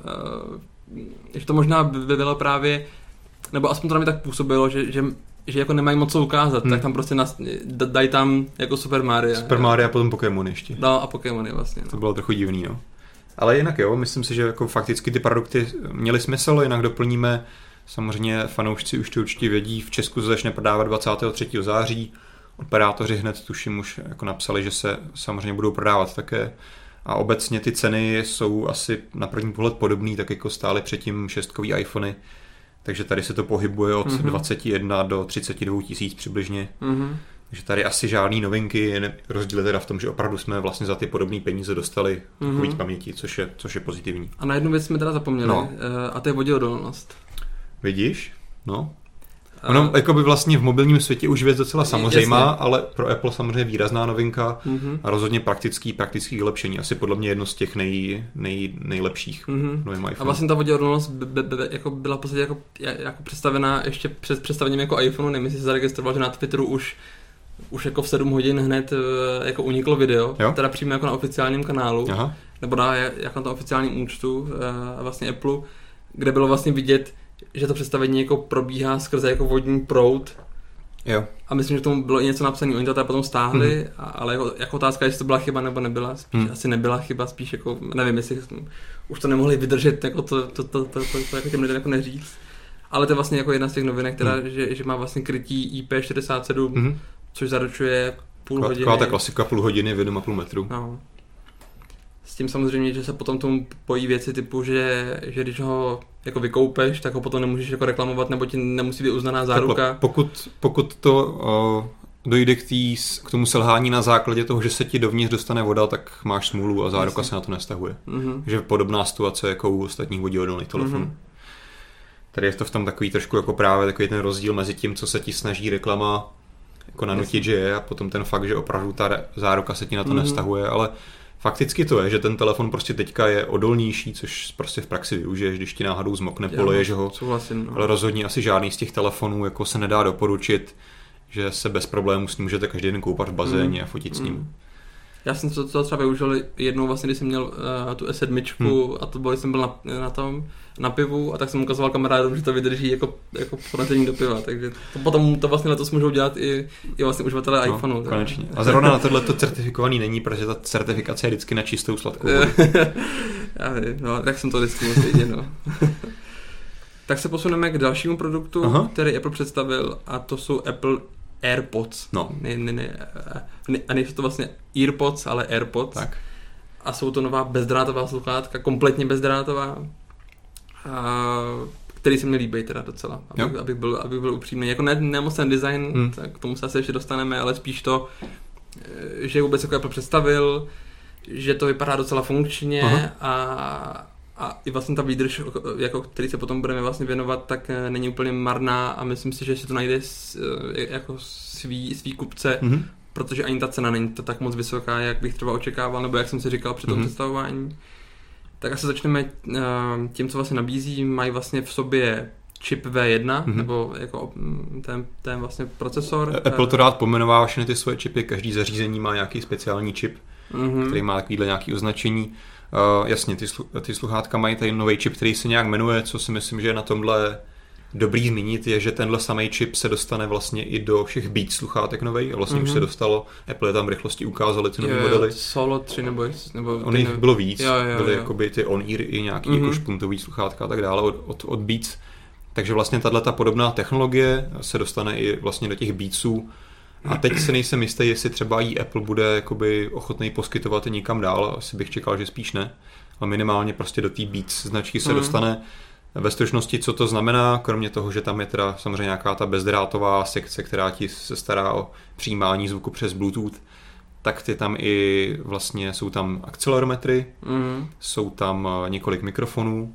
že to možná by bylo právě, nebo aspoň to na mě tak působilo, že jako nemají moc co ukázat, tak tam prostě dají tam jako Super Mario. Super Mario a potom Pokémon ještě. No a Pokémony vlastně. No. To bylo trochu divný, no. Ale jinak jo, myslím si, že jako fakticky ty produkty měly smysl, jinak doplníme, samozřejmě fanoušci už to určitě vědí, v Česku se začne prodávat 23. září, operátoři hned tuším už jako napsali, že se samozřejmě budou prodávat také. A obecně ty ceny jsou asi na první pohled podobný, tak jako stály předtím 6kový iPhony. Takže tady se to pohybuje od 21 do 32 tisíc přibližně. Takže tady asi žádný novinky, rozdíl teda v tom, že opravdu jsme vlastně za ty podobné peníze dostali víc paměti, což je pozitivní. A na jednu věc jsme teda zapomněli, a to je voděodolnost. Vidíš? No. Ono jakoby vlastně v mobilním světě už věc docela samozřejmá, ale pro Apple samozřejmě výrazná novinka a rozhodně praktický vylepšení. Asi podle mě jedno z těch nejlepších novým iPhone. A vlastně ta voděodolnost jako byla v podstatě jako představená ještě před představením jako iPhoneu. Nevím, jestli se zaregistroval, že na Twitteru už jako v 7 hodin hned jako uniklo video, teda přímo jako na oficiálním kanálu, nebo jako na tom oficiálním účtu vlastně Apple, kde bylo vlastně vidět, že to představení jako probíhá skrze jako vodní proud. Jo. A myslím, že k tomu bylo i něco napsané, oni to teda potom stáhli, ale jako otázka, jestli to byla chyba nebo nebyla, spíš asi nebyla chyba, spíš jako, nevím, jestli už to nemohli vydržet, jako to jako těm lidem jako neříct. Ale to je vlastně jako jedna z těch novinek, teda, že má vlastně krytí IP67, což zaručuje půl hodiny. Taková ta klasika půl hodiny v 1,5 metru. No. S tím samozřejmě, že se potom tomu pojí věci typu, že když ho jako vykoupeš, tak ho potom nemůžeš jako reklamovat, nebo ti nemusí být uznaná záruka. Takhle, pokud to dojde k tomu selhání na základě toho, že se ti dovnitř dostane voda, tak máš smůlu a záruka se na to nestahuje. Že podobná situace jako u ostatních voděodolných telefonů. Tady je to v tom takový trošku jako právě takový ten rozdíl mezi tím, co se ti snaží reklama jako nanutit, že je, a potom ten fakt, že opravdu ta záruka se ti na to nestahuje, ale fakticky to je, že ten telefon prostě teďka je odolnější, což prostě v praxi využiješ, když ti náhodou zmokne, poleješ ho. Souhlasím, ale rozhodně asi žádný z těch telefonů jako se nedá doporučit, že se bez problémů s ním můžete každý den koupat v bazéně a fotit s ním. Já jsem to třeba využil jednou vlastně, když jsem měl tu S7 a to bylo, jsem byl na pivu a tak jsem ukazoval kamarádům, že to vydrží jako porazení do piva, takže to potom to vlastně letos můžou dělat i vlastně uživatelé iPhoneu. Konečně. A zrovna na tohle to certifikovaný není, protože ta certifikace je vždycky na čistou sladkou vodu. Já vím, no, tak jsem to vždycky musel no. Tak se posuneme k dalšímu produktu, který Apple představil, a to jsou Apple AirPods. No. A nejsou to vlastně EarPods, ale AirPods. Tak. A jsou to nová bezdrátová sluchátka, kompletně bezdrátová, který se mi líbí teda docela, abych byl upřímný. Jako ne moc ten design, tak k tomu se asi ještě dostaneme, ale spíš to, že vůbec jako Apple představil, že to vypadá docela funkčně a i vlastně ta výdrž, jako který se potom budeme vlastně věnovat, tak není úplně marná a myslím si, že si to najde jako svý kupce, protože ani ta cena není to tak moc vysoká, jak bych třeba očekával, nebo jak jsem si říkal při tom představování. Tak asi začneme tím, co vlastně nabízí. Mají vlastně v sobě čip V1, nebo jako ten vlastně procesor. Apple to rád pomenová všechny ty svoje čipy, každý zařízení má nějaký speciální čip, který má takovýhle nějaký označení. Jasně, ty sluchátka mají tady nový čip, který se nějak jmenuje, co si myslím, že je na tomhle dobrý zmínit, je, že tenhle samý čip se dostane vlastně i do všech Beats sluchátek novej a vlastně už se dostalo, Apple je tam v rychlosti ukázali ty nové modely. Solo 3 nebo on jich bylo víc, byly jo. jakoby ty on-ear i nějaký jako špuntový sluchátka a tak dále od Beats. Takže vlastně tato podobná technologie se dostane i vlastně do těch Beatsů. A teď se nejsem jistý, jestli třeba jí Apple bude jakoby ochotný poskytovat i nikam dál, asi bych čekal, že spíš ne. Ale minimálně prostě do té Beats značky se dostane. Ve stručnosti, co to znamená, kromě toho, že tam je teda samozřejmě nějaká ta bezdrátová sekce, která ti se stará o přijímání zvuku přes Bluetooth, tak ty tam i vlastně jsou tam akcelerometry, jsou tam několik mikrofonů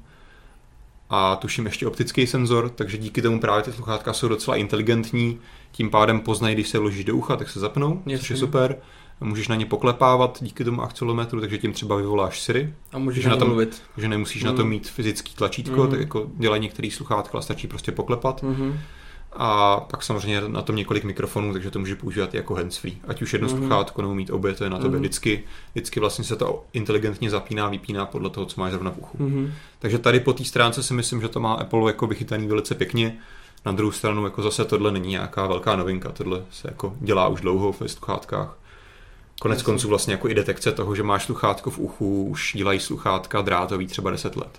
a tuším ještě optický senzor, takže díky tomu právě ty sluchátka jsou docela inteligentní, tím pádem poznají, když se vložíš do ucha, tak se zapnou, což je super. Můžeš na ně poklepávat díky tomu akcelerometru, takže tím třeba vyvoláš Siri. A můžeš na tom mluvit. Že nemusíš na to mít fyzický tlačítko, tak jako dělají některý sluchátka, ale stačí prostě poklepat. A pak samozřejmě na tom několik mikrofonů, takže to může používat jako handsfree. Ať už jedno sluchátko nebo mít obě, to je na tobě vždycky vlastně se to inteligentně zapíná, vypíná podle toho, co máš zrovna v uchu. Takže tady po té stránce si myslím, že to má Apple jako vychytaný velice pěkně. Na druhou stranu jako zase tohle není nějaká velká novinka, tohle se jako dělá už dlouho ve sluchátkách. Konec konců vlastně jako i detekce toho, že máš sluchátko v uchu, už dělají sluchátka drátový třeba 10 let.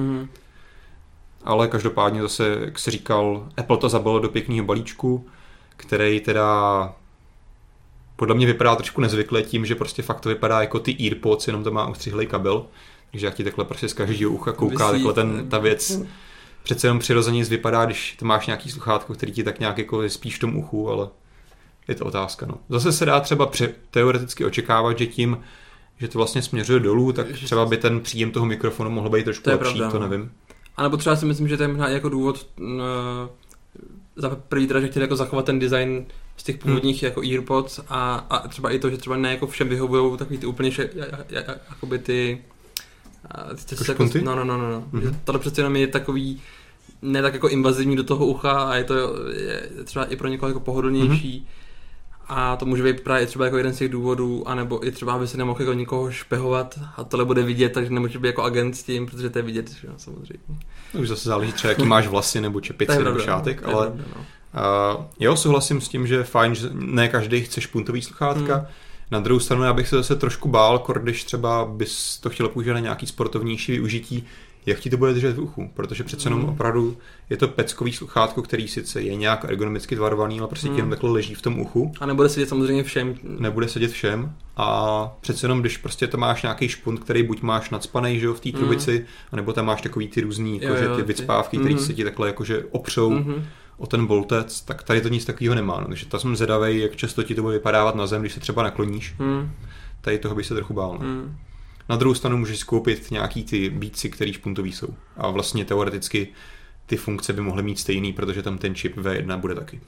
Ale každopádně zase, jak jsi říkal, Apple to zabalo do pěkného balíčku, který teda podle mě vypadá trošku nezvykle tím, že prostě fakt to vypadá jako ty EarPods, jenom to má ustřihlej kabel, takže jak ti takhle prostě z každého ucha kouká, takhle ta věc přece jenom přirozeně vypadá, když ty máš nějaký sluchátko, který ti tak nějak jako spíš v tom uchu, ale je to otázka. No. Zase se dá třeba teoreticky očekávat, že tím, že to vlastně směřuje dolů, tak třeba by ten příjem toho mikrofonu mohl být trošku lepší, to nevím. A nebo třeba si myslím, že to je možná jako důvod za první teda, že chtěli jako zachovat ten design z těch původních jako EarPods a třeba i to, že třeba ne jako všem vyhovujou takový ty úplně jakoby ty špunty? No. Tohle přece jenom je takový ne tak jako invazivní do toho ucha a je to třeba i pro někoho jako pohodlnější. A to může být právě třeba jako jeden z těch důvodů, anebo i třeba, aby se nemohl jako nikoho špehovat a tohle bude vidět, takže nemůže být jako agent s tím, protože to je vidět, že samozřejmě. Už zase záleží třeba, jaký máš vlasy nebo čepici nebo šátek, ale jo, souhlasím s tím, že je fajn, že ne každý chce špuntový sluchátka. Na druhou stranu já bych se zase trošku bál, když třeba bys to chtěl použít na nějaký sportovnější využití, jak ti to bude držet v uchu, protože přece jenom opravdu je to peckový sluchátko, který sice je nějak ergonomicky tvarovaný, ale prostě tím takhle leží v tom uchu. A nebude sedět samozřejmě všem. Nebude sedět všem a přece jenom, když prostě to máš nějaký špunt, který buď máš nacpanej, že jo, v té trubici, anebo tam máš takový ty různý jakože ty vycpávky, které se ti takhle jakože opřou o ten boltec, tak tady to nic takového nemá. No. Takže to jsem zvědavej, jak často ti to bude vypadávat na zem, když se třeba nakloníš. Tady toho bych se trochu bál. No. Na druhou stranu můžeš koupit nějaký ty Beatsy, který špuntový jsou. A vlastně teoreticky ty funkce by mohly mít stejný, protože tam ten čip V1 bude taky.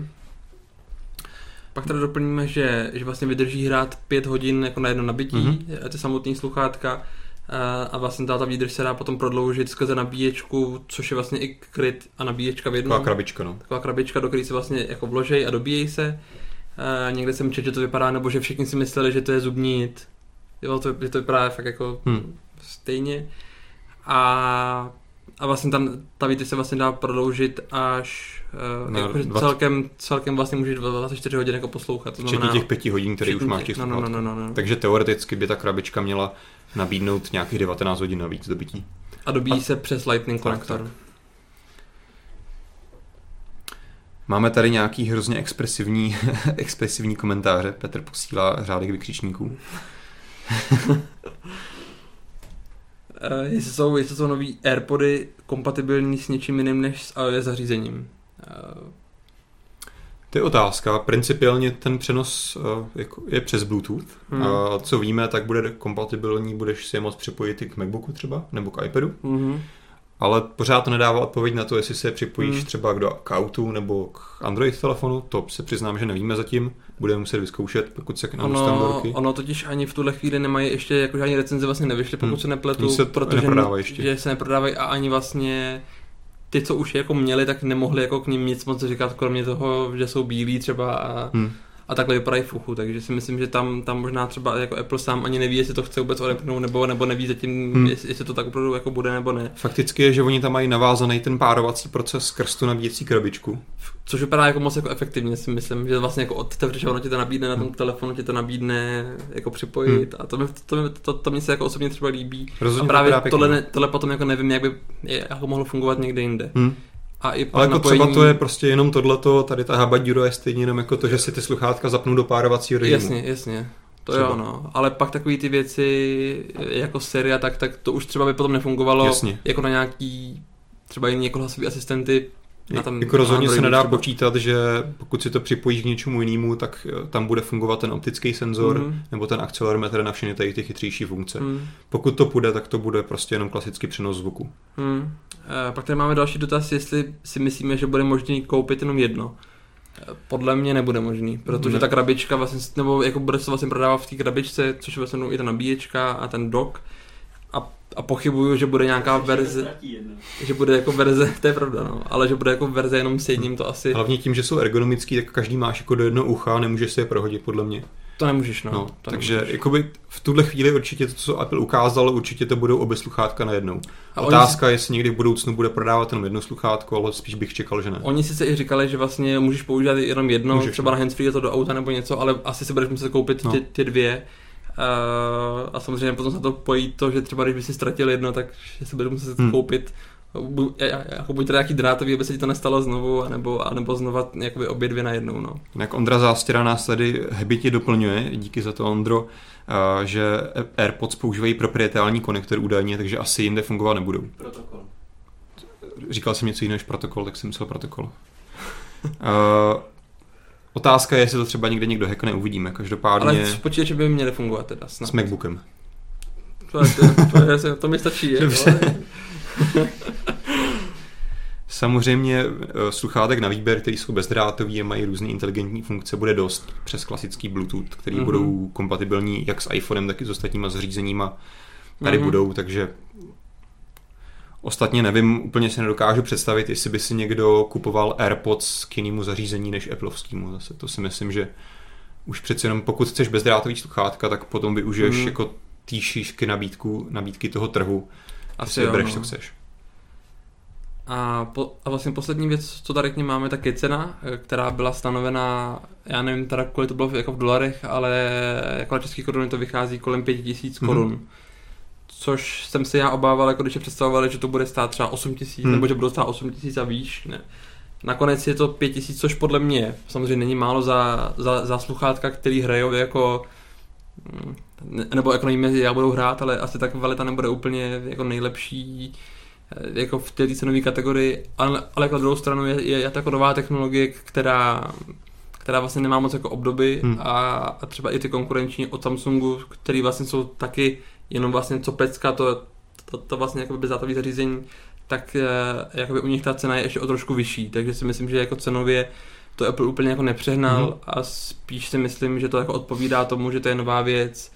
Pak teda doplníme, že vlastně vydrží hrát 5 hodin jako na jedno nabití, ty samotný sluchátka, a vlastně ta výdrž se dá potom prodloužit skrze nabíječku, což je vlastně i kryt a nabíječka v jednom. Taková krabička, no. Taková krabička, do které se vlastně jako vložej a dobíjej se. Někde jsem četl, že to vypadá, nebo že všichni si mysleli, že to je zubní nit. Jo, to vypadá fakt jako stejně. A vlastně ta výdrž se vlastně dá prodloužit až celkem vlastně můžeš 24 hodin jako poslouchat. Včetně těch 5 hodin, které už máš těch sluchátků. No. Takže teoreticky by ta krabička měla nabídnout nějakých 19 hodin navíc dobití. A dobíjí se přes Lightning konektor. Máme tady nějaký hrozně expresivní komentáře. Petr posílá řádek vykřičníků. Jestli jsou nový AirPody kompatibilní s něčím jiným než s iOS zařízením. To je otázka. Principiálně ten přenos je přes Bluetooth. A co víme, tak bude kompatibilní, budeš si je moct připojit i k MacBooku třeba, nebo k iPadu. Ale pořád to nedává odpověď na to, jestli se připojíš třeba k autu nebo k Android telefonu. To se přiznám, že nevíme zatím. Budeme muset vyzkoušet, pokud se k nám dostaneme do ruky. Ono totiž ani v tuhle chvíli nemají ještě, jakože ani recenze vlastně nevyšly, pokud se nepletu, protože že se neprodávají a ani vlastně ty, co už jako měli, tak nemohli jako k ním nic moc říkat, kromě toho, že jsou bílí třeba a takhle vypadají v uchu, takže si myslím, že tam možná třeba jako Apple sám ani neví, jestli to chce vůbec odepnout, nebo neví zatím, jestli to tak opravdu jako bude nebo ne. Fakticky je, že oni tam mají navázaný ten párovací proces skrz tu nabíjecí krabičku. Což vypadá jako moc jako efektivně, si myslím, že vlastně jako otevřeš, ono ti to nabídne na tom telefonu, ti to nabídne jako připojit a to mě se jako osobně třeba líbí. Rozhodně a právě tohle potom jako nevím, jak by jako mohlo fungovat někde jinde. A i ale jako napojení... třeba to je prostě jenom tohleto, tady ta habadura je stejně jenom jako to, že si ty sluchátka zapnou do párovacího režimu. Jasně. To třeba. Jo, no. Ale pak takový ty věci jako séria, tak to už třeba by potom nefungovalo jako na nějaký třeba jiný jako hlasový asistenty. Jako rozhodně se nedá počítat, že pokud si to připojíš k něčemu jinému, tak tam bude fungovat ten optický senzor nebo ten akcelerometr na všechny tady ty chytřejší funkce. Pokud to půjde, tak to bude prostě jenom klasický přenos zvuku. Pak tady máme další dotaz, jestli si myslíme, že bude možný koupit jenom jedno. Podle mě nebude možný, protože ta krabička vlastně, nebo jako bude se vlastně prodávat v té krabičce, což je vlastně i ta nabíječka a ten dock. A pochybuju, že bude nějaká verze, že bude jako verze, to je pravda, no, ale že bude jako verze jenom s jedním, to asi... Hlavně tím, že jsou ergonomický, tak každý máš jako do jednoho ucha, nemůžeš si je prohodit, podle mě. To nemůžeš, no. Takže nemůžeš. Jakoby v tuhle chvíli určitě to, co Apple ukázal, určitě to budou obě sluchátka najednou. Otázka, jestli někdy v budoucnu bude prodávat jenom jedno sluchátko, ale spíš bych čekal, že ne. Oni sice i říkali, že vlastně můžeš používat jenom jedno, můžeš, třeba na handsfree to do auta nebo něco, ale asi si budeš muset koupit ty dvě. A samozřejmě potom se to pojí to, že třeba když by si ztratil jedno, tak si budeš muset koupit jako buď teda nějaký drátový, aby se ti to nestalo znovu, anebo znova jakoby obě dvě najednou. No. Jak Ondra Zástěra nás tady hebitě doplňuje, díky za to, Ondro, že AirPods používají proprietární konektor údajně, takže asi jinde fungovat nebudou. Protokol. Říkal jsem něco jiného než protokol, tak jsem myslel protokol. Otázka je, jestli to třeba někde hackne, uvidíme. Každopádně... Ale s počítačem by měly fungovat teda snad. S MacBookem. To mi stačí, Samozřejmě sluchátek na výběr, který jsou bezdrátový a mají různé inteligentní funkce, bude dost přes klasický Bluetooth, který budou kompatibilní jak s iPhonem, tak i s ostatníma zařízeníma. Tady budou, takže ostatně nevím, úplně se nedokážu představit, jestli by si někdo kupoval AirPods k jinému zařízení než Appleovskému. Zase to si myslím, že už přece jenom pokud chceš bezdrátový sluchátka, tak potom využiješ jako té šířky nabídky toho trhu. Asi bereš, co chceš. A vlastně poslední věc, co tady k ní máme, tak je cena, která byla stanovená, já nevím teda, kolik to bylo jako v dolarech, ale jako na českých koruny to vychází kolem 5000 korun. Což jsem si já obával, jako když je představovali, že to bude stát třeba 8000, nebo že budou stát 8000 a výš, ne. Nakonec je to 5000, což podle mě samozřejmě není málo za sluchátka, který hrajou jako, nebo jako nevím, jak budou hrát, ale asi tak kvalita nebude úplně jako nejlepší jako v té cenové kategorii, ale jako na druhou stranu je to jako nová technologie, která vlastně nemá moc jako obdoby a třeba i ty konkurenční od Samsungu, který vlastně jsou taky jenom vlastně co pecka, to vlastně jako bezdátový zařízení, tak jakoby u nich ta cena je ještě o trošku vyšší, takže si myslím, že jako cenově to Apple úplně jako nepřehnal a spíš si myslím, že to jako odpovídá tomu, že to je nová věc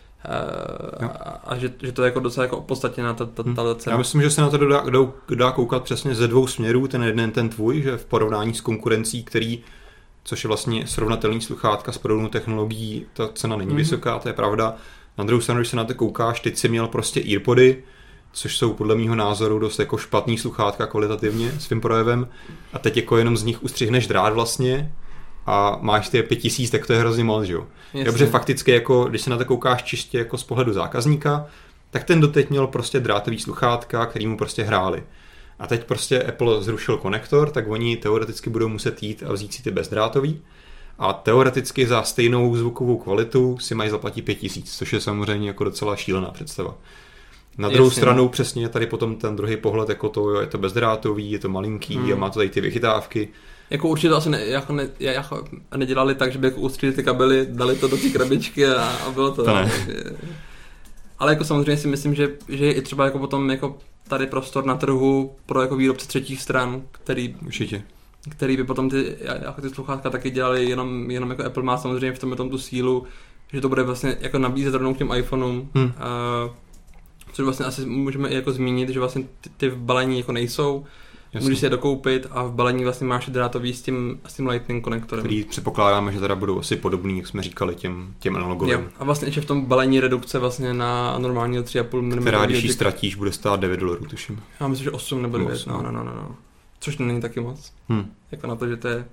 a že to je jako docela jako opodstatněná ta cena. Já myslím, že se na to dá koukat přesně ze dvou směrů, ten jeden, ten tvůj, že v porovnání s konkurencí, což je vlastně srovnatelný sluchátka s podobnou technologií, ta cena není vysoká, to je pravda. Na druhou stranu, když se na to koukáš, teď si měl prostě earpody, což jsou podle mého názoru dost jako špatný sluchátka kvalitativně svým projevem a teď jako jenom z nich ustřihneš drát vlastně a máš ty 5000, tak to je hrozně moc, že jo. Dobře, fakticky jako, když se na to koukáš čistě jako z pohledu zákazníka, tak ten doteď měl prostě drátový sluchátka, který mu prostě hráli. A teď prostě Apple zrušil konektor, tak oni teoreticky budou muset jít a vzít si ty bezdrátový. A teoreticky za stejnou zvukovou kvalitu si mají zaplatit 5000, což je samozřejmě jako docela šílená představa. Na druhou stranu přesně tady potom ten druhý pohled, jako to je to bezdrátový, je to malinký a má to tady ty vychytávky. Jako určitě to asi nedělali tak, že by jako ustřili ty kabely, dali to do té krabičky a bylo to. Ale jako samozřejmě si myslím, že je i třeba jako potom jako tady prostor na trhu pro jako výrobce třetích stran, který by potom ty sluchátka taky dělali, jenom jako Apple má samozřejmě v tom tu sílu, že to bude vlastně jako nabízet rovnou k těm iPhoneům. Což vlastně asi můžeme i jako zmínit, že vlastně ty v balení jako nejsou. Jasně. Můžeš si je dokoupit a v balení vlastně máš drátový s tím Lightning konektorem. Který předpokládáme, že teda budou asi podobný, jak jsme říkali, těm analogovým. Jo. A vlastně ještě v tom balení redukce vlastně na normálního 3,5 mm. Která, když ji ztratíš, bude stát $9, tuším. Já myslím, že 8 nebo 9. No. Což není taky moc. Jako na to, že to je...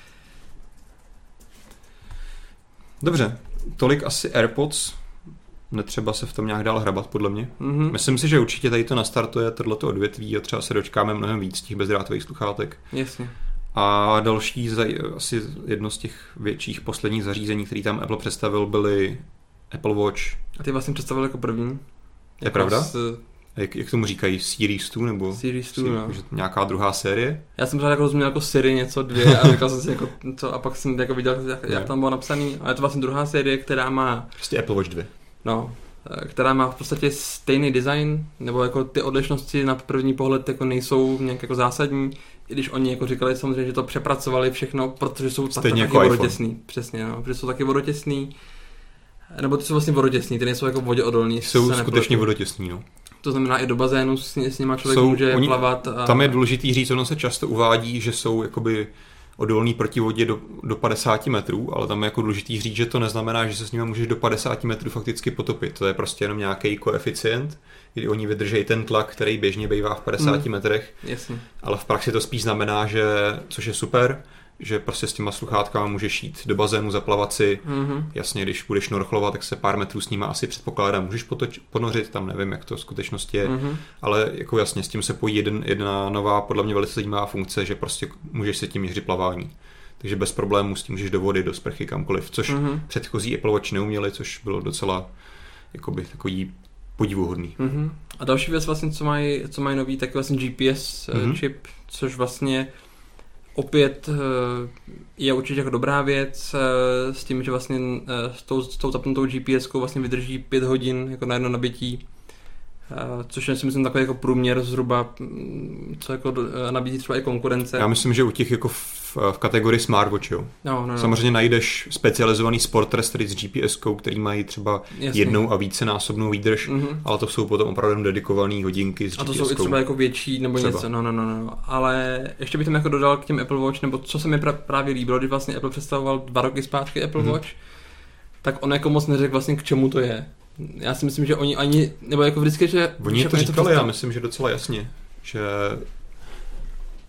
Dobře, tolik asi AirPods. Netřeba se v tom nějak dál hrabat, podle mě. Myslím si, že určitě tady to nastartuje tohleto odvětví a třeba se dočkáme mnohem víc těch bezdrátových sluchátek. Jasně. A další, asi jedno z těch větších posledních zařízení, které tam Apple představil, byly Apple Watch. A ty vlastně představil jako první. Je pravda? Jak tomu říkají? Series 2 nebo? Series 2, no. Nějaká druhá série? Já jsem pořád jako rozuměl jako Siri něco 2 a říkal jsem si jako co a pak jsem jako viděl, jak tam bylo napsaný. A je to vlastně druhá série, která má... Prostě Apple Watch 2. No, která má v podstatě stejný design, nebo jako ty odlišnosti na první pohled jako nejsou nějak jako zásadní, i když oni jako říkali samozřejmě, že to přepracovali všechno, protože jsou taky jako vodotěsný. Přesně, no, protože jsou taky vodotěsný, nebo ty jsou vlastně vodotěsný, ty nejsou jako vodoodolní. Jsou skutečně vodotěsný, no. To znamená i do bazénu s nima člověk může plavat. Tam je důležitý říct, ono se často uvádí, že jsou jakoby odolný proti vodě do 50 metrů, ale tam je jako důležitý říct, že to neznamená, že se s nimi můžeš do 50 metrů fakticky potopit. To je prostě jenom nějaký koeficient, kdy oni vydržejí ten tlak, který běžně bývá v 50 metrech. Jasně. Ale v praxi to spíš znamená, že, což je super, že prostě s těma sluchátkama můžeš jít do bazénu, zaplavat si. Jasně, když budeš šnorchlovat, tak se pár metrů s nima asi předpokládám, můžeš ponořit, tam nevím, jak to v skutečnosti je, ale jako jasně, s tím se pojí jedna nová, podle mě velice zajímavá funkce, že prostě můžeš se tím měřit plavání. Takže bez problémů s tím můžeš do vody, do sprchy, kamkoliv, což předchozí Apple Watch neuměli, což bylo docela jakoby takový podivuhodný. A další věc vlastně, co mají nový, tak vlastně GPS čip, což vlastně opět je určitě jako dobrá věc s tím, že vlastně s tou zapnutou GPS-kou vlastně vydrží 5 hodin jako na jedno nabití, což je si myslím takový jako průměr zhruba, co jako nabízí třeba i konkurence. Já myslím, že u těch jako v kategorii smartwatch, jo. No. Samozřejmě najdeš specializovaný sporters, tedy s GPS-kou, který mají třeba jednou a vícenásobnou výdrž, ale to jsou potom opravdu dedikované hodinky s GPS-kou. A to jsou i třeba jako větší nebo třeba něco, no. Ale ještě bych tam jako dodal k těm Apple Watch, nebo co se mi právě líbilo, když vlastně Apple představoval 2 roky zpátky Apple Watch, tak on jako moc neřekl vlastně k čemu to je. Já si myslím, že oni ani, nebo jako vždycky, že... Oni to říkali, já myslím, že docela jasně, že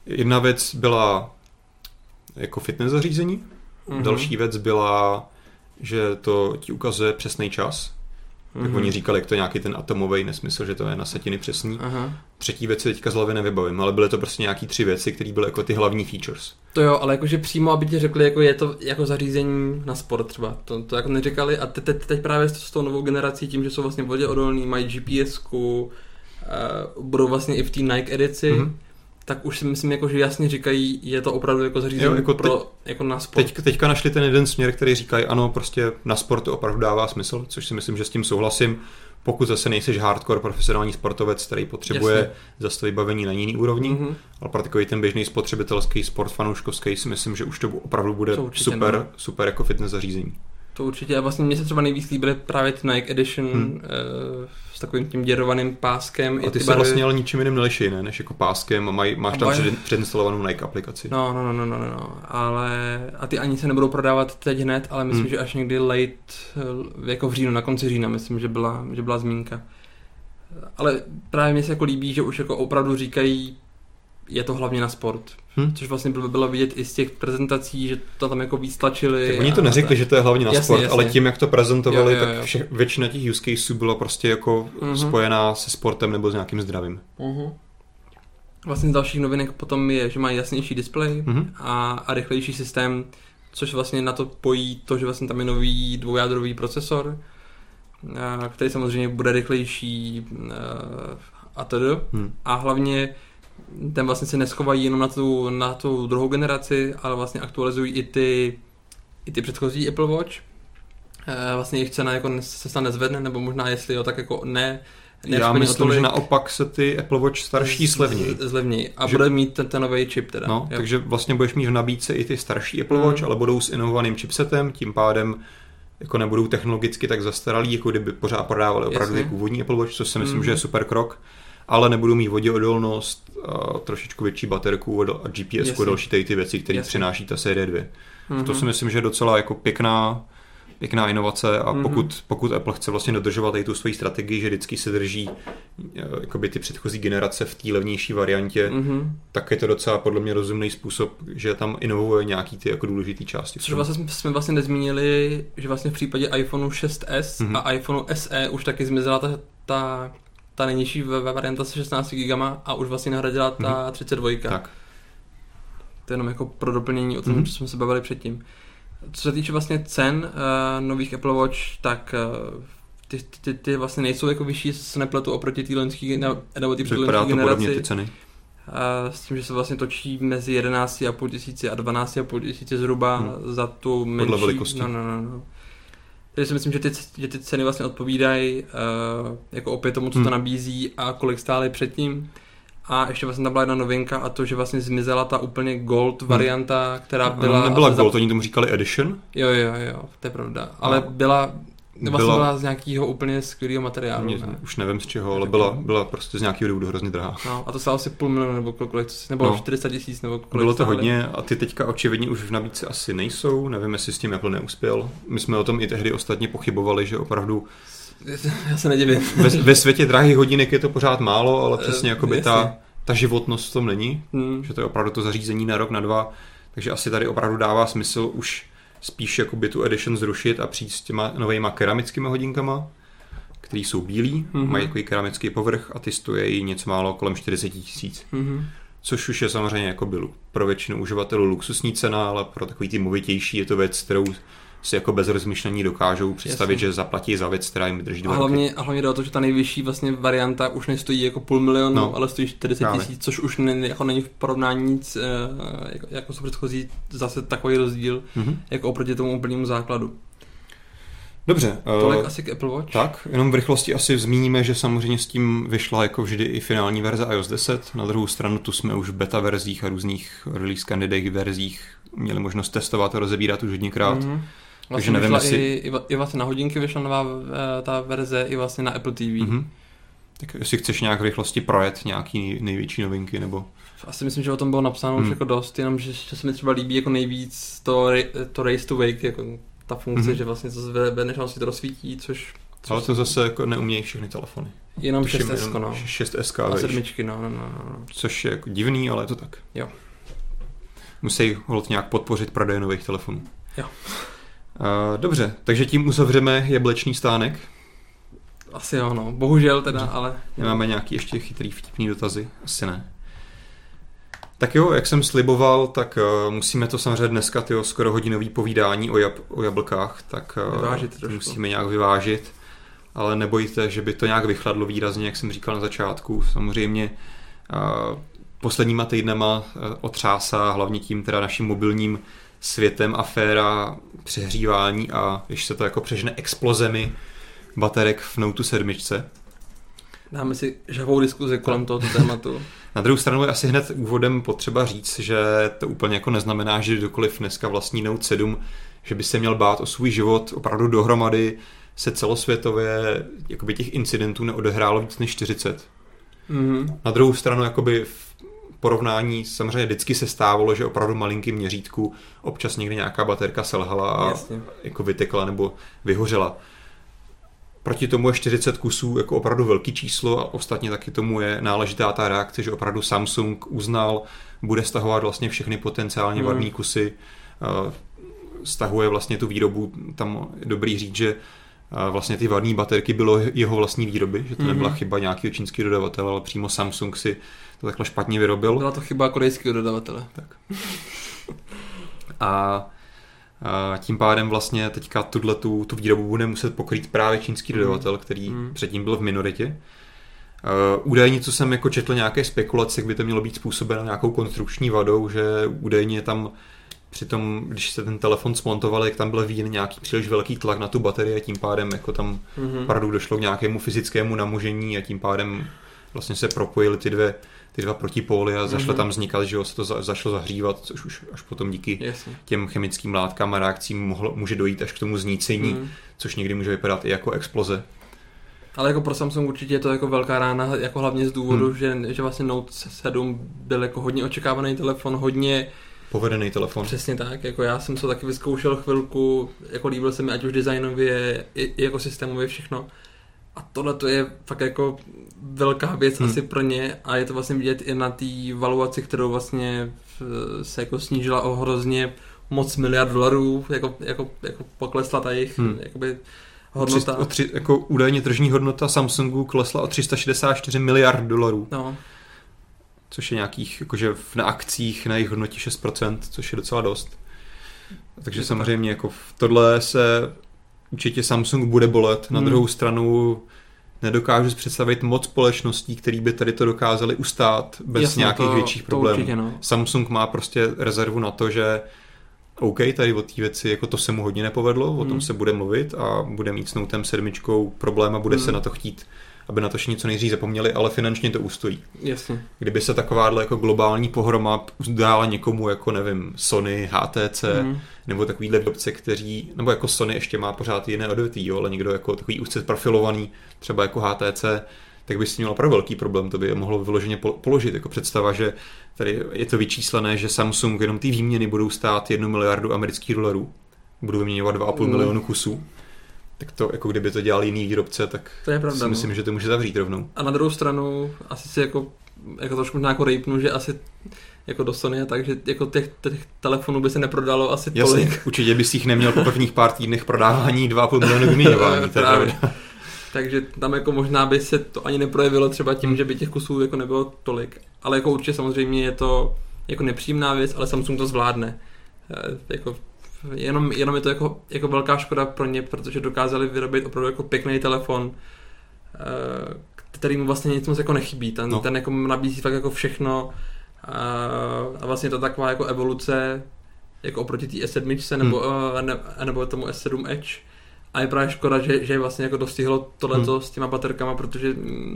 Jedna věc byla jako fitness zařízení, další věc byla, že to ti ukazuje přesný čas. Tak oni říkali, jak to je nějaký ten atomový nesmysl, že to je na setiny přesný. Třetí věc si teďka z hlavy nevybavím, ale byly to prostě nějaký 3 věci, které byly jako ty hlavní features. To jo, ale jakože přímo, aby ti řekli, jako je to jako zařízení na sport třeba. To jako neříkali a teď právě s tou novou generací tím, že jsou vlastně voděodolný, mají GPSku, budou vlastně i v té Nike edici, tak už si myslím, jako, že jasně říkají, je to opravdu jako zařízení jako na sport. Teďka našli ten jeden směr, který říkají, ano, prostě na sport to opravdu dává smysl, což si myslím, že s tím souhlasím. Pokud zase nejseš hardcore profesionální sportovec, který potřebuje zase vybavení na jiný úrovni, ale pro takový ten běžný spotřebitelský sport fanouškovský si myslím, že už to opravdu bude super jako fitness zařízení. To určitě. A vlastně mně se třeba nejvíc líbily právě ty Nike Edition s takovým tím děrovaným páskem. A ty se vlastně ale ničím jiným neliší, ne? Než jako páskem a máš tam předinstalovanou Nike aplikaci. No. Ale a ty ani se nebudou prodávat teď hned, ale myslím, že až někdy late, jako v říjnu, na konci října, myslím, že byla zmínka. Ale právě mně se jako líbí, že už jako opravdu říkají, je to hlavně na sport. Což vlastně bylo vidět i z těch prezentací, že to tam jako víc tlačili. Tak oni to neřekli, že to je hlavně na sport, ale tím, jak to prezentovali, tak většina těch use caseů byla prostě jako spojená se sportem nebo s nějakým zdravím. Vlastně z dalších novinek potom je, že mají jasnější displej a rychlejší systém, což vlastně na to pojí to, že vlastně tam je nový dvoujádrový procesor, který samozřejmě bude rychlejší a tedy. A hlavně ten vlastně se neschovají jenom na tu druhou generaci, ale vlastně aktualizují i ty předchozí Apple Watch. Vlastně jejich cena jako se snad nezvedne, nebo možná jestli jo, tak jako ne. Já myslím, že naopak se ty Apple Watch starší zlevnějí. A bude mít ten nový čip teda. No, takže vlastně budeš mít v nabídce i ty starší Apple Watch, ale budou s inovovaným chipsetem, tím pádem jako nebudou technologicky tak zastaralí, jako kdyby pořád prodávali opravdu ty původní Apple Watch, což si myslím, že je super krok. Ale nebudou mít voděodolnost, trošičku větší baterku a GPS a další ty věci, které přináší ta série 2. To si myslím, že je docela jako pěkná inovace a pokud Apple chce vlastně dodržovat i tu svoji strategii, že vždycky se drží jakoby ty předchozí generace v té levnější variantě, tak je to docela podle mě rozumný způsob, že tam inovuje nějaký ty jako důležitý části. Což vlastně jsme vlastně nezmínili, že vlastně v případě iPhoneu 6s a iPhoneu SE už taky zmizela ta nejnižší varianta se 16 GB a už vlastně nahradila ta 32. Tak. To je jenom jako pro doplnění o tom, co jsme se bavili předtím. Co se týče vlastně cen nových Apple Watch, tak ty vlastně nejsou jako vyšší, se nepletu oproti té loňské nebo té předloňské generaci. Ty ceny. S tím, že se vlastně točí mezi 11,5 tisíci a 12,5 tisíci zhruba za tu menší. Podle velikosti. No. Takže si myslím, že ty ceny vlastně odpovídají jako opět tomu, co to nabízí a kolik stály předtím. A ještě vlastně tam byla jedna novinka a to, že vlastně zmizela ta úplně gold varianta, která byla... Nebyla gold, oni tomu říkali edition. Jo, to je pravda. Ale byla z nějakého úplně skvělého materiálu. Už nevím z čeho, ale byla prostě z nějakého důvodu hrozně drahá. No, a to stálo asi 500 000 nebo kolik, nebo 400 000 nebo kolik. Bylo to hodně a ty teďka očividně už v nabídce asi nejsou, nevím, jestli s tím Apple neuspěl. My jsme o tom i tehdy ostatně pochybovali, že opravdu já se nedivím. Ve světě drahých hodinek je to pořád málo, ale přesně jakoby ta životnost v tom není, že to je opravdu to zařízení na rok, na 2, takže asi tady opravdu dává smysl už spíš jakoby tu edition zrušit a přijít s těma novejma keramickými hodinkama, který jsou bílí, mají takový keramický povrch a ty stojí něco málo kolem 40 000. Což už je samozřejmě jako byl pro většinu uživatelů luxusní cena, ale pro takový ty movitější je to věc, kterou si jako bez rozmyšlení dokážou představit, že zaplatí za věc, která jim vydrží 2 roky. A hlavně jde o to, že ta nejvyšší vlastně varianta už nestojí jako 500 000, ale stojí 40 000, což už jako není v porovnání nic, jako jsou předchozí zase takový rozdíl, jako oproti tomu úplnému základu. Dobře. Tolik asi k Apple Watch. Tak, jenom v rychlosti asi zmíníme, že samozřejmě s tím vyšla jako vždy i finální verze iOS 10. Na druhou stranu tu jsme už v beta verzích a různých release candidate verzích měli možnost testovat a rozebírat už hodněkrát. Vlastně nevím, i vlastně na hodinky vyšla nová ta verze, i vlastně na Apple TV. Tak jestli chceš nějak v rychlosti projet nějaký největší novinky, nebo... Asi myslím, že o tom bylo napsáno už jako dost, jenom že se mi třeba líbí jako nejvíc to Race to Wake, jako ta funkce, že vlastně to zvedneš a si to rozsvítí, což... Ale to zase jako neumějí všechny telefony. Jenom 6S, no. 6S, A víš. 7, no. Což je jako divný, ale je to tak. Jo. Musí holt nějak podpořit prodej nových telefonů. Jo. Dobře, takže tím uzavřeme jablečný stánek. Asi jo, no. Bohužel teda, ale... Nemáme nějaký ještě chytrý vtipný dotazy? Asi ne. Tak jo, jak jsem sliboval, tak musíme to samozřejmě dneska, skoro hodinový povídání o jablkách, tak vyvážit musíme nějak vyvážit. Ale nebojte, že by to nějak vychladlo výrazně, jak jsem říkal na začátku. Samozřejmě posledníma týdnama otřásá hlavně tím teda naším mobilním světem aféra přehřívání a když se to jako přežne explozemi baterek v Note 7. Dáme si žhavou diskuzi kolem tohoto tématu. Na druhou stranu je asi hned úvodem potřeba říct, že to úplně jako neznamená, že kdokoliv dneska vlastní Note 7, že by se měl bát o svůj život. Opravdu dohromady se celosvětově jakoby těch incidentů neodehrálo víc než 40. Mm-hmm. Na druhou stranu jakoby v porovnání samozřejmě vždycky se stávalo, že opravdu malinkým měřítku občas někdy nějaká baterka selhala a jako vytekla nebo vyhořela. Proti tomu je 40 kusů jako opravdu velký číslo a ostatně taky tomu je náležitá ta reakce, že opravdu Samsung uznal, bude stahovat vlastně všechny potenciálně vadný kusy, stahuje vlastně tu výrobu, tam je dobrý říct, že vlastně ty vadné baterky bylo jeho vlastní výroby, že to nebyla chyba nějakého čínského dodavatele, ale přímo Samsung si to takhle špatně vyrobil. Byla to chyba korejského dodavatele. Tak. A tím pádem vlastně teďka tu výrobu bude muset pokrýt právě čínský dodavatel, který předtím byl v minoritě. Údajně, co jsem jako četl nějaké spekulace, jak by to mělo být způsobeno nějakou konstrukční vadou, že údajně tam přitom, když se ten telefon smontoval, jak tam byl výjen nějaký příliš velký tlak na tu baterii a tím pádem jako tam opravdu došlo k nějakému fyzickému namožení a tím pádem vlastně se propojily ty dva protipóly a zašlo tam vznikat, že se to zašlo zahřívat, což už až potom díky těm chemickým látkám a reakcím může dojít až k tomu znícení, což někdy může vypadat i jako exploze. Ale jako pro Samsung určitě je to jako velká rána, jako hlavně z důvodu, že vlastně Note 7 byl jako hodně očekávaný telefon, hodně povedený telefon. Přesně tak, jako já jsem to taky vyzkoušel chvilku, jako líbil se mi ať už designově, i jako systémově všechno. A tohle to je fakt jako velká věc asi pro ně a je to vlastně vidět i na té valuaci, kterou vlastně se jako snížila o hrozně moc miliard dolarů, jako poklesla ta jejich jakoby hodnota. Jako údajně tržní hodnota Samsungu klesla o 364 miliard dolarů. No. Což je nějakých, jakože na akcích na jejich hodnotě 6%, což je docela dost. Takže samozřejmě jako v tohle se určitě Samsung bude bolet. Na druhou stranu nedokážu si představit moc společností, který by tady to dokázali ustát bez nějakých větších problémů. Určitě, no. Samsung má prostě rezervu na to, že OK, tady o té věci, jako to se mu hodně nepovedlo, o tom se bude mluvit a bude mít s Notem 7 problém a bude se na to chtít, aby na to něco nejdřív zapomněli, ale finančně to ustojí. Jasně. Kdyby se takováhle jako globální pohroma udála někomu, jako nevím, Sony, HTC, nebo takovýhle výrobce, kteří, nebo jako Sony ještě má pořád jiné odvětví, ale někdo jako takový úzce profilovaný, třeba jako HTC, tak by s tím měl opravdu velký problém, to by je mohlo vyloženě položit, jako představa, že tady je to vyčíslené, že Samsung jenom ty výměny budou stát 1 miliardu amerických dolarů, budou vyměňovat 2,5 milionu kusů. Tak to, jako kdyby to dělal jiný výrobce, tak to je pravda, si myslím, že to může zavřít rovnou. A na druhou stranu asi si jako trošku možná jako rejpnu, že asi jako do Sony a tak, že jako těch telefonů by se neprodalo asi tolik. Jasně, určitě bys jich neměl po prvních pár týdnech prodávání 2,5 milionu vyměňování. Takže tam jako možná by se to ani neprojevilo třeba tím, že by těch kusů jako nebylo tolik. Ale jako určitě samozřejmě je to jako nepříjemná věc, ale Samsung to zvládne. Jako jenom je to jako velká škoda pro ně, protože dokázali vyrobit opravdu jako pěkný telefon, který mu vlastně nic moc jako nechybí. Ten jako nabízí fakt jako všechno a vlastně to taková jako evoluce jako oproti té S7 nebo tomu S7 Edge. A je právě škoda, že vlastně jako dostihlo tohleto s těma baterkama, protože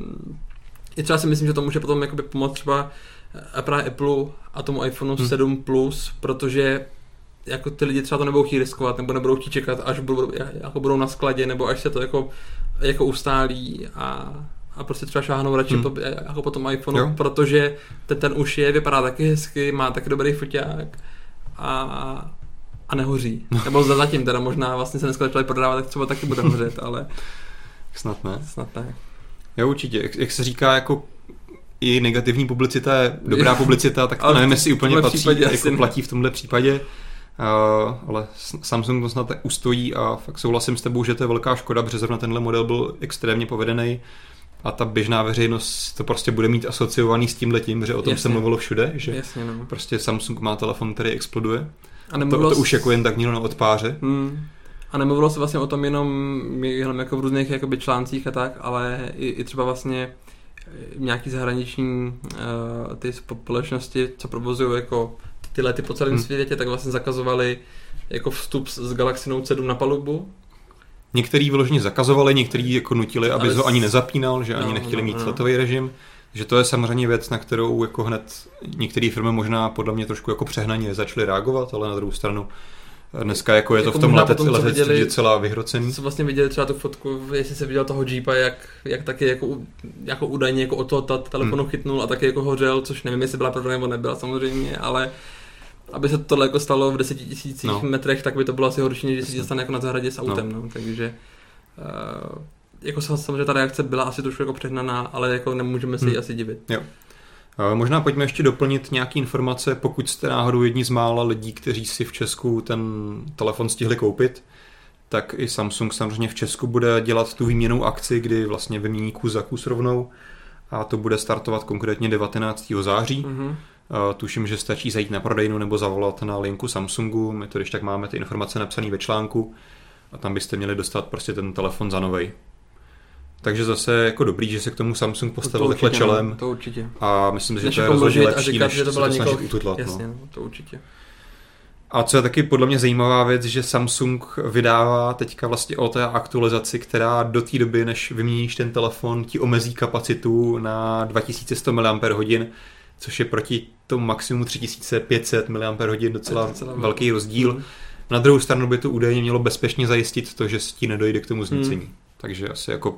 i třeba si myslím, že to může potom jakoby pomoct třeba právě Apple a tomu iPhoneu 7 Plus, protože jako ty lidi třeba to nebudou chtít riskovat, nebo nebudou chtít čekat, až budou na skladě, nebo až se to jako ustálí a prostě třeba šáhnou radši jako po tom iPhoneu, protože ten už vypadá taky hezky, má taky dobrý foťák a nehoří. Nebo zatím teda možná vlastně se dneska začali prodávat, tak třeba taky bude hořet, ale snad ne. Jo, určitě. Jak se říká, jako i negativní publicita je dobrá publicita, tak to nevím, jestli úplně patří, jako platí v tomhle případě. Ale Samsung to snad ustojí a fakt souhlasím s tebou, že to je velká škoda, protože zrovna tenhle model byl extrémně povedený a ta běžná veřejnost to prostě bude mít asociovaný s tímhletím, že o tom se mluvilo všude, že prostě Samsung má telefon, který exploduje. A to už jako jen tak mělo na odpáře. A nemluvilo se vlastně o tom jenom jako v různých jakoby článcích a tak, ale i třeba vlastně nějaký zahraniční ty společnosti, co provozují jako ty lety po celém světě, tak vlastně zakazovali jako vstup z Galaxy Note 7 na palubu. Některý vyloženě zakazovali, některý jako nutili, aby ho ani nezapínal, že ani nechtěli mít letový režim. Že to je samozřejmě věc, na kterou jako hned některé firmy možná podle mě trošku jako přehnaně začaly reagovat, ale na druhou stranu dneska jako je to v tom letectví docela vyhrocený. Co vlastně viděli třeba tu fotku, jestli se viděl toho Jeepa, jak taky jako údajně jako od toho telefonu chytnul a taky jako hořel, což nevím, jestli byla pravda nebo nebyla samozřejmě, ale aby se tohle jako stalo v 10 000 metrech, tak by to bylo asi horší, než si dostane jako na zahradě s autem. No. Takže jako samozřejmě ta reakce byla asi trošku jako přehnaná, ale jako nemůžeme se jí asi divit. Jo. Možná pojďme ještě doplnit nějaké informace, pokud jste náhodou jedni z mála lidí, kteří si v Česku ten telefon stihli koupit, tak i Samsung samozřejmě v Česku bude dělat tu výměnou akci, kdy vlastně vymění kus za kus rovnou a to bude startovat konkrétně 19. září. Tuším, že stačí zajít na prodejnu nebo zavolat na linku Samsungu, my to když tak máme ty informace napsané ve článku a tam byste měli dostat prostě ten telefon za novej. Takže zase jako dobrý, že se k tomu Samsung postavil takhle čelem. To určitě. A myslím, že to je rozhodně lepší, než že to byla snažit ututlat. Jasně, to určitě. A co je taky podle mě zajímavá věc, že Samsung vydává teďka vlastně o té aktualizaci, která do té doby, než vyměníš ten telefon, ti omezí kapacitu na 2100 mAh, což je proti tomu maximu 3500 mAh docela velký rozdíl. Na druhou stranu by to údajně mělo bezpečně zajistit to, že ti nedojde k tomu znicení. Takže asi jako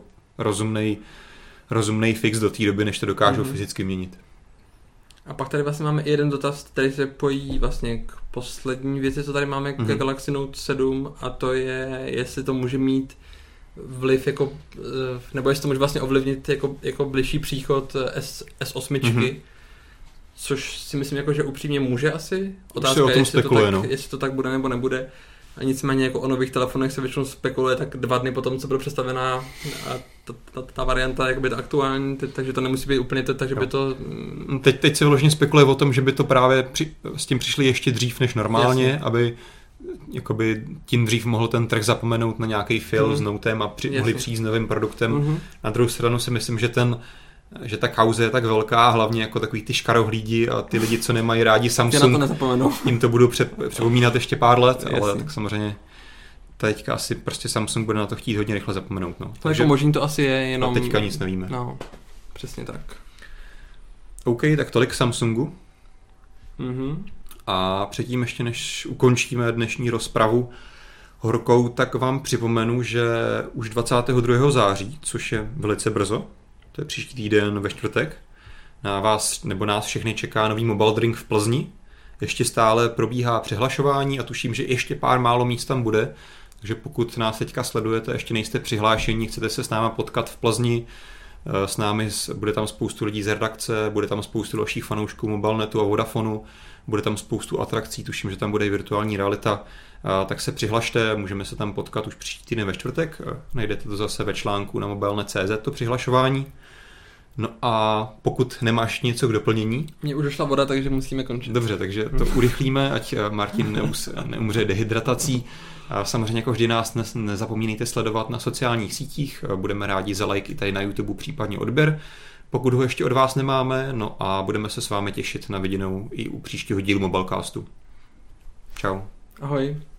rozumnej fix do té doby, než to dokážou fyzicky měnit. A pak tady vlastně máme i jeden dotaz, který se pojí vlastně k poslední věci, co tady máme k Galaxy Note 7 a to je, jestli to může mít vliv jako, nebo jestli to může vlastně ovlivnit jako bližší příchod S8, což si myslím, jako, že upřímně může asi. Otázka je, jestli to tak bude nebo nebude. A nicméně jako o nových telefonech se většinou spekuluje tak 2 dny potom, co bude představená ta varianta, jakoby ta aktuální, takže to nemusí být úplně to, takže by to... Teď se vyloženě spekuluje o tom, že by to právě s tím přišli ještě dřív než normálně, aby jakoby tím dřív mohl ten trh zapomenout na nějaký fail s Notem a mohli přijít s novým produktem. Na druhou stranu si myslím, že ta kauze je tak velká, hlavně jako takový ty škarohlídi a ty lidi, co nemají rádi Samsung, jim to budu připomínat ještě pár let, ale tak samozřejmě teďka asi prostě Samsung bude na to chtít hodně rychle zapomenout. No. Takže možný to asi je jenom... A teďka nic nevíme. No, přesně tak. OK, tak tolik Samsungu. A předtím ještě, než ukončíme dnešní rozpravu horkou, tak vám připomenu, že už 22. září, což je velice brzo, to je příští týden ve čtvrtek, na vás nebo nás všechny čeká nový Mobile Drink v Plzni. Ještě stále probíhá přihlašování a tuším, že ještě pár málo míst tam bude, takže pokud nás teďka sledujete, ještě nejste přihlášení, chcete se s náma potkat v Plzni, s námi bude tam spoustu lidí z redakce, bude tam spoustu dalších fanoušků Mobilnetu a Vodafonu, bude tam spoustu atrakcí, tuším, že tam bude i virtuální realita, tak se přihlašte, můžeme se tam potkat už příští týden ve čtvrtek, najdete to zase ve článku na mobilnet.cz to přihlašování. No a pokud nemáš něco k doplnění... Mně už došla voda, takže musíme končit. Dobře, takže to urychlíme, ať Martin neumře dehydratací. A samozřejmě jako vždy nás nezapomínejte sledovat na sociálních sítích, budeme rádi za like i tady na YouTube, případně odběr, pokud ho ještě od vás nemáme, no a budeme se s vámi těšit na viděnou i u příštího dílu Mobilecastu. Čau. Ahoj.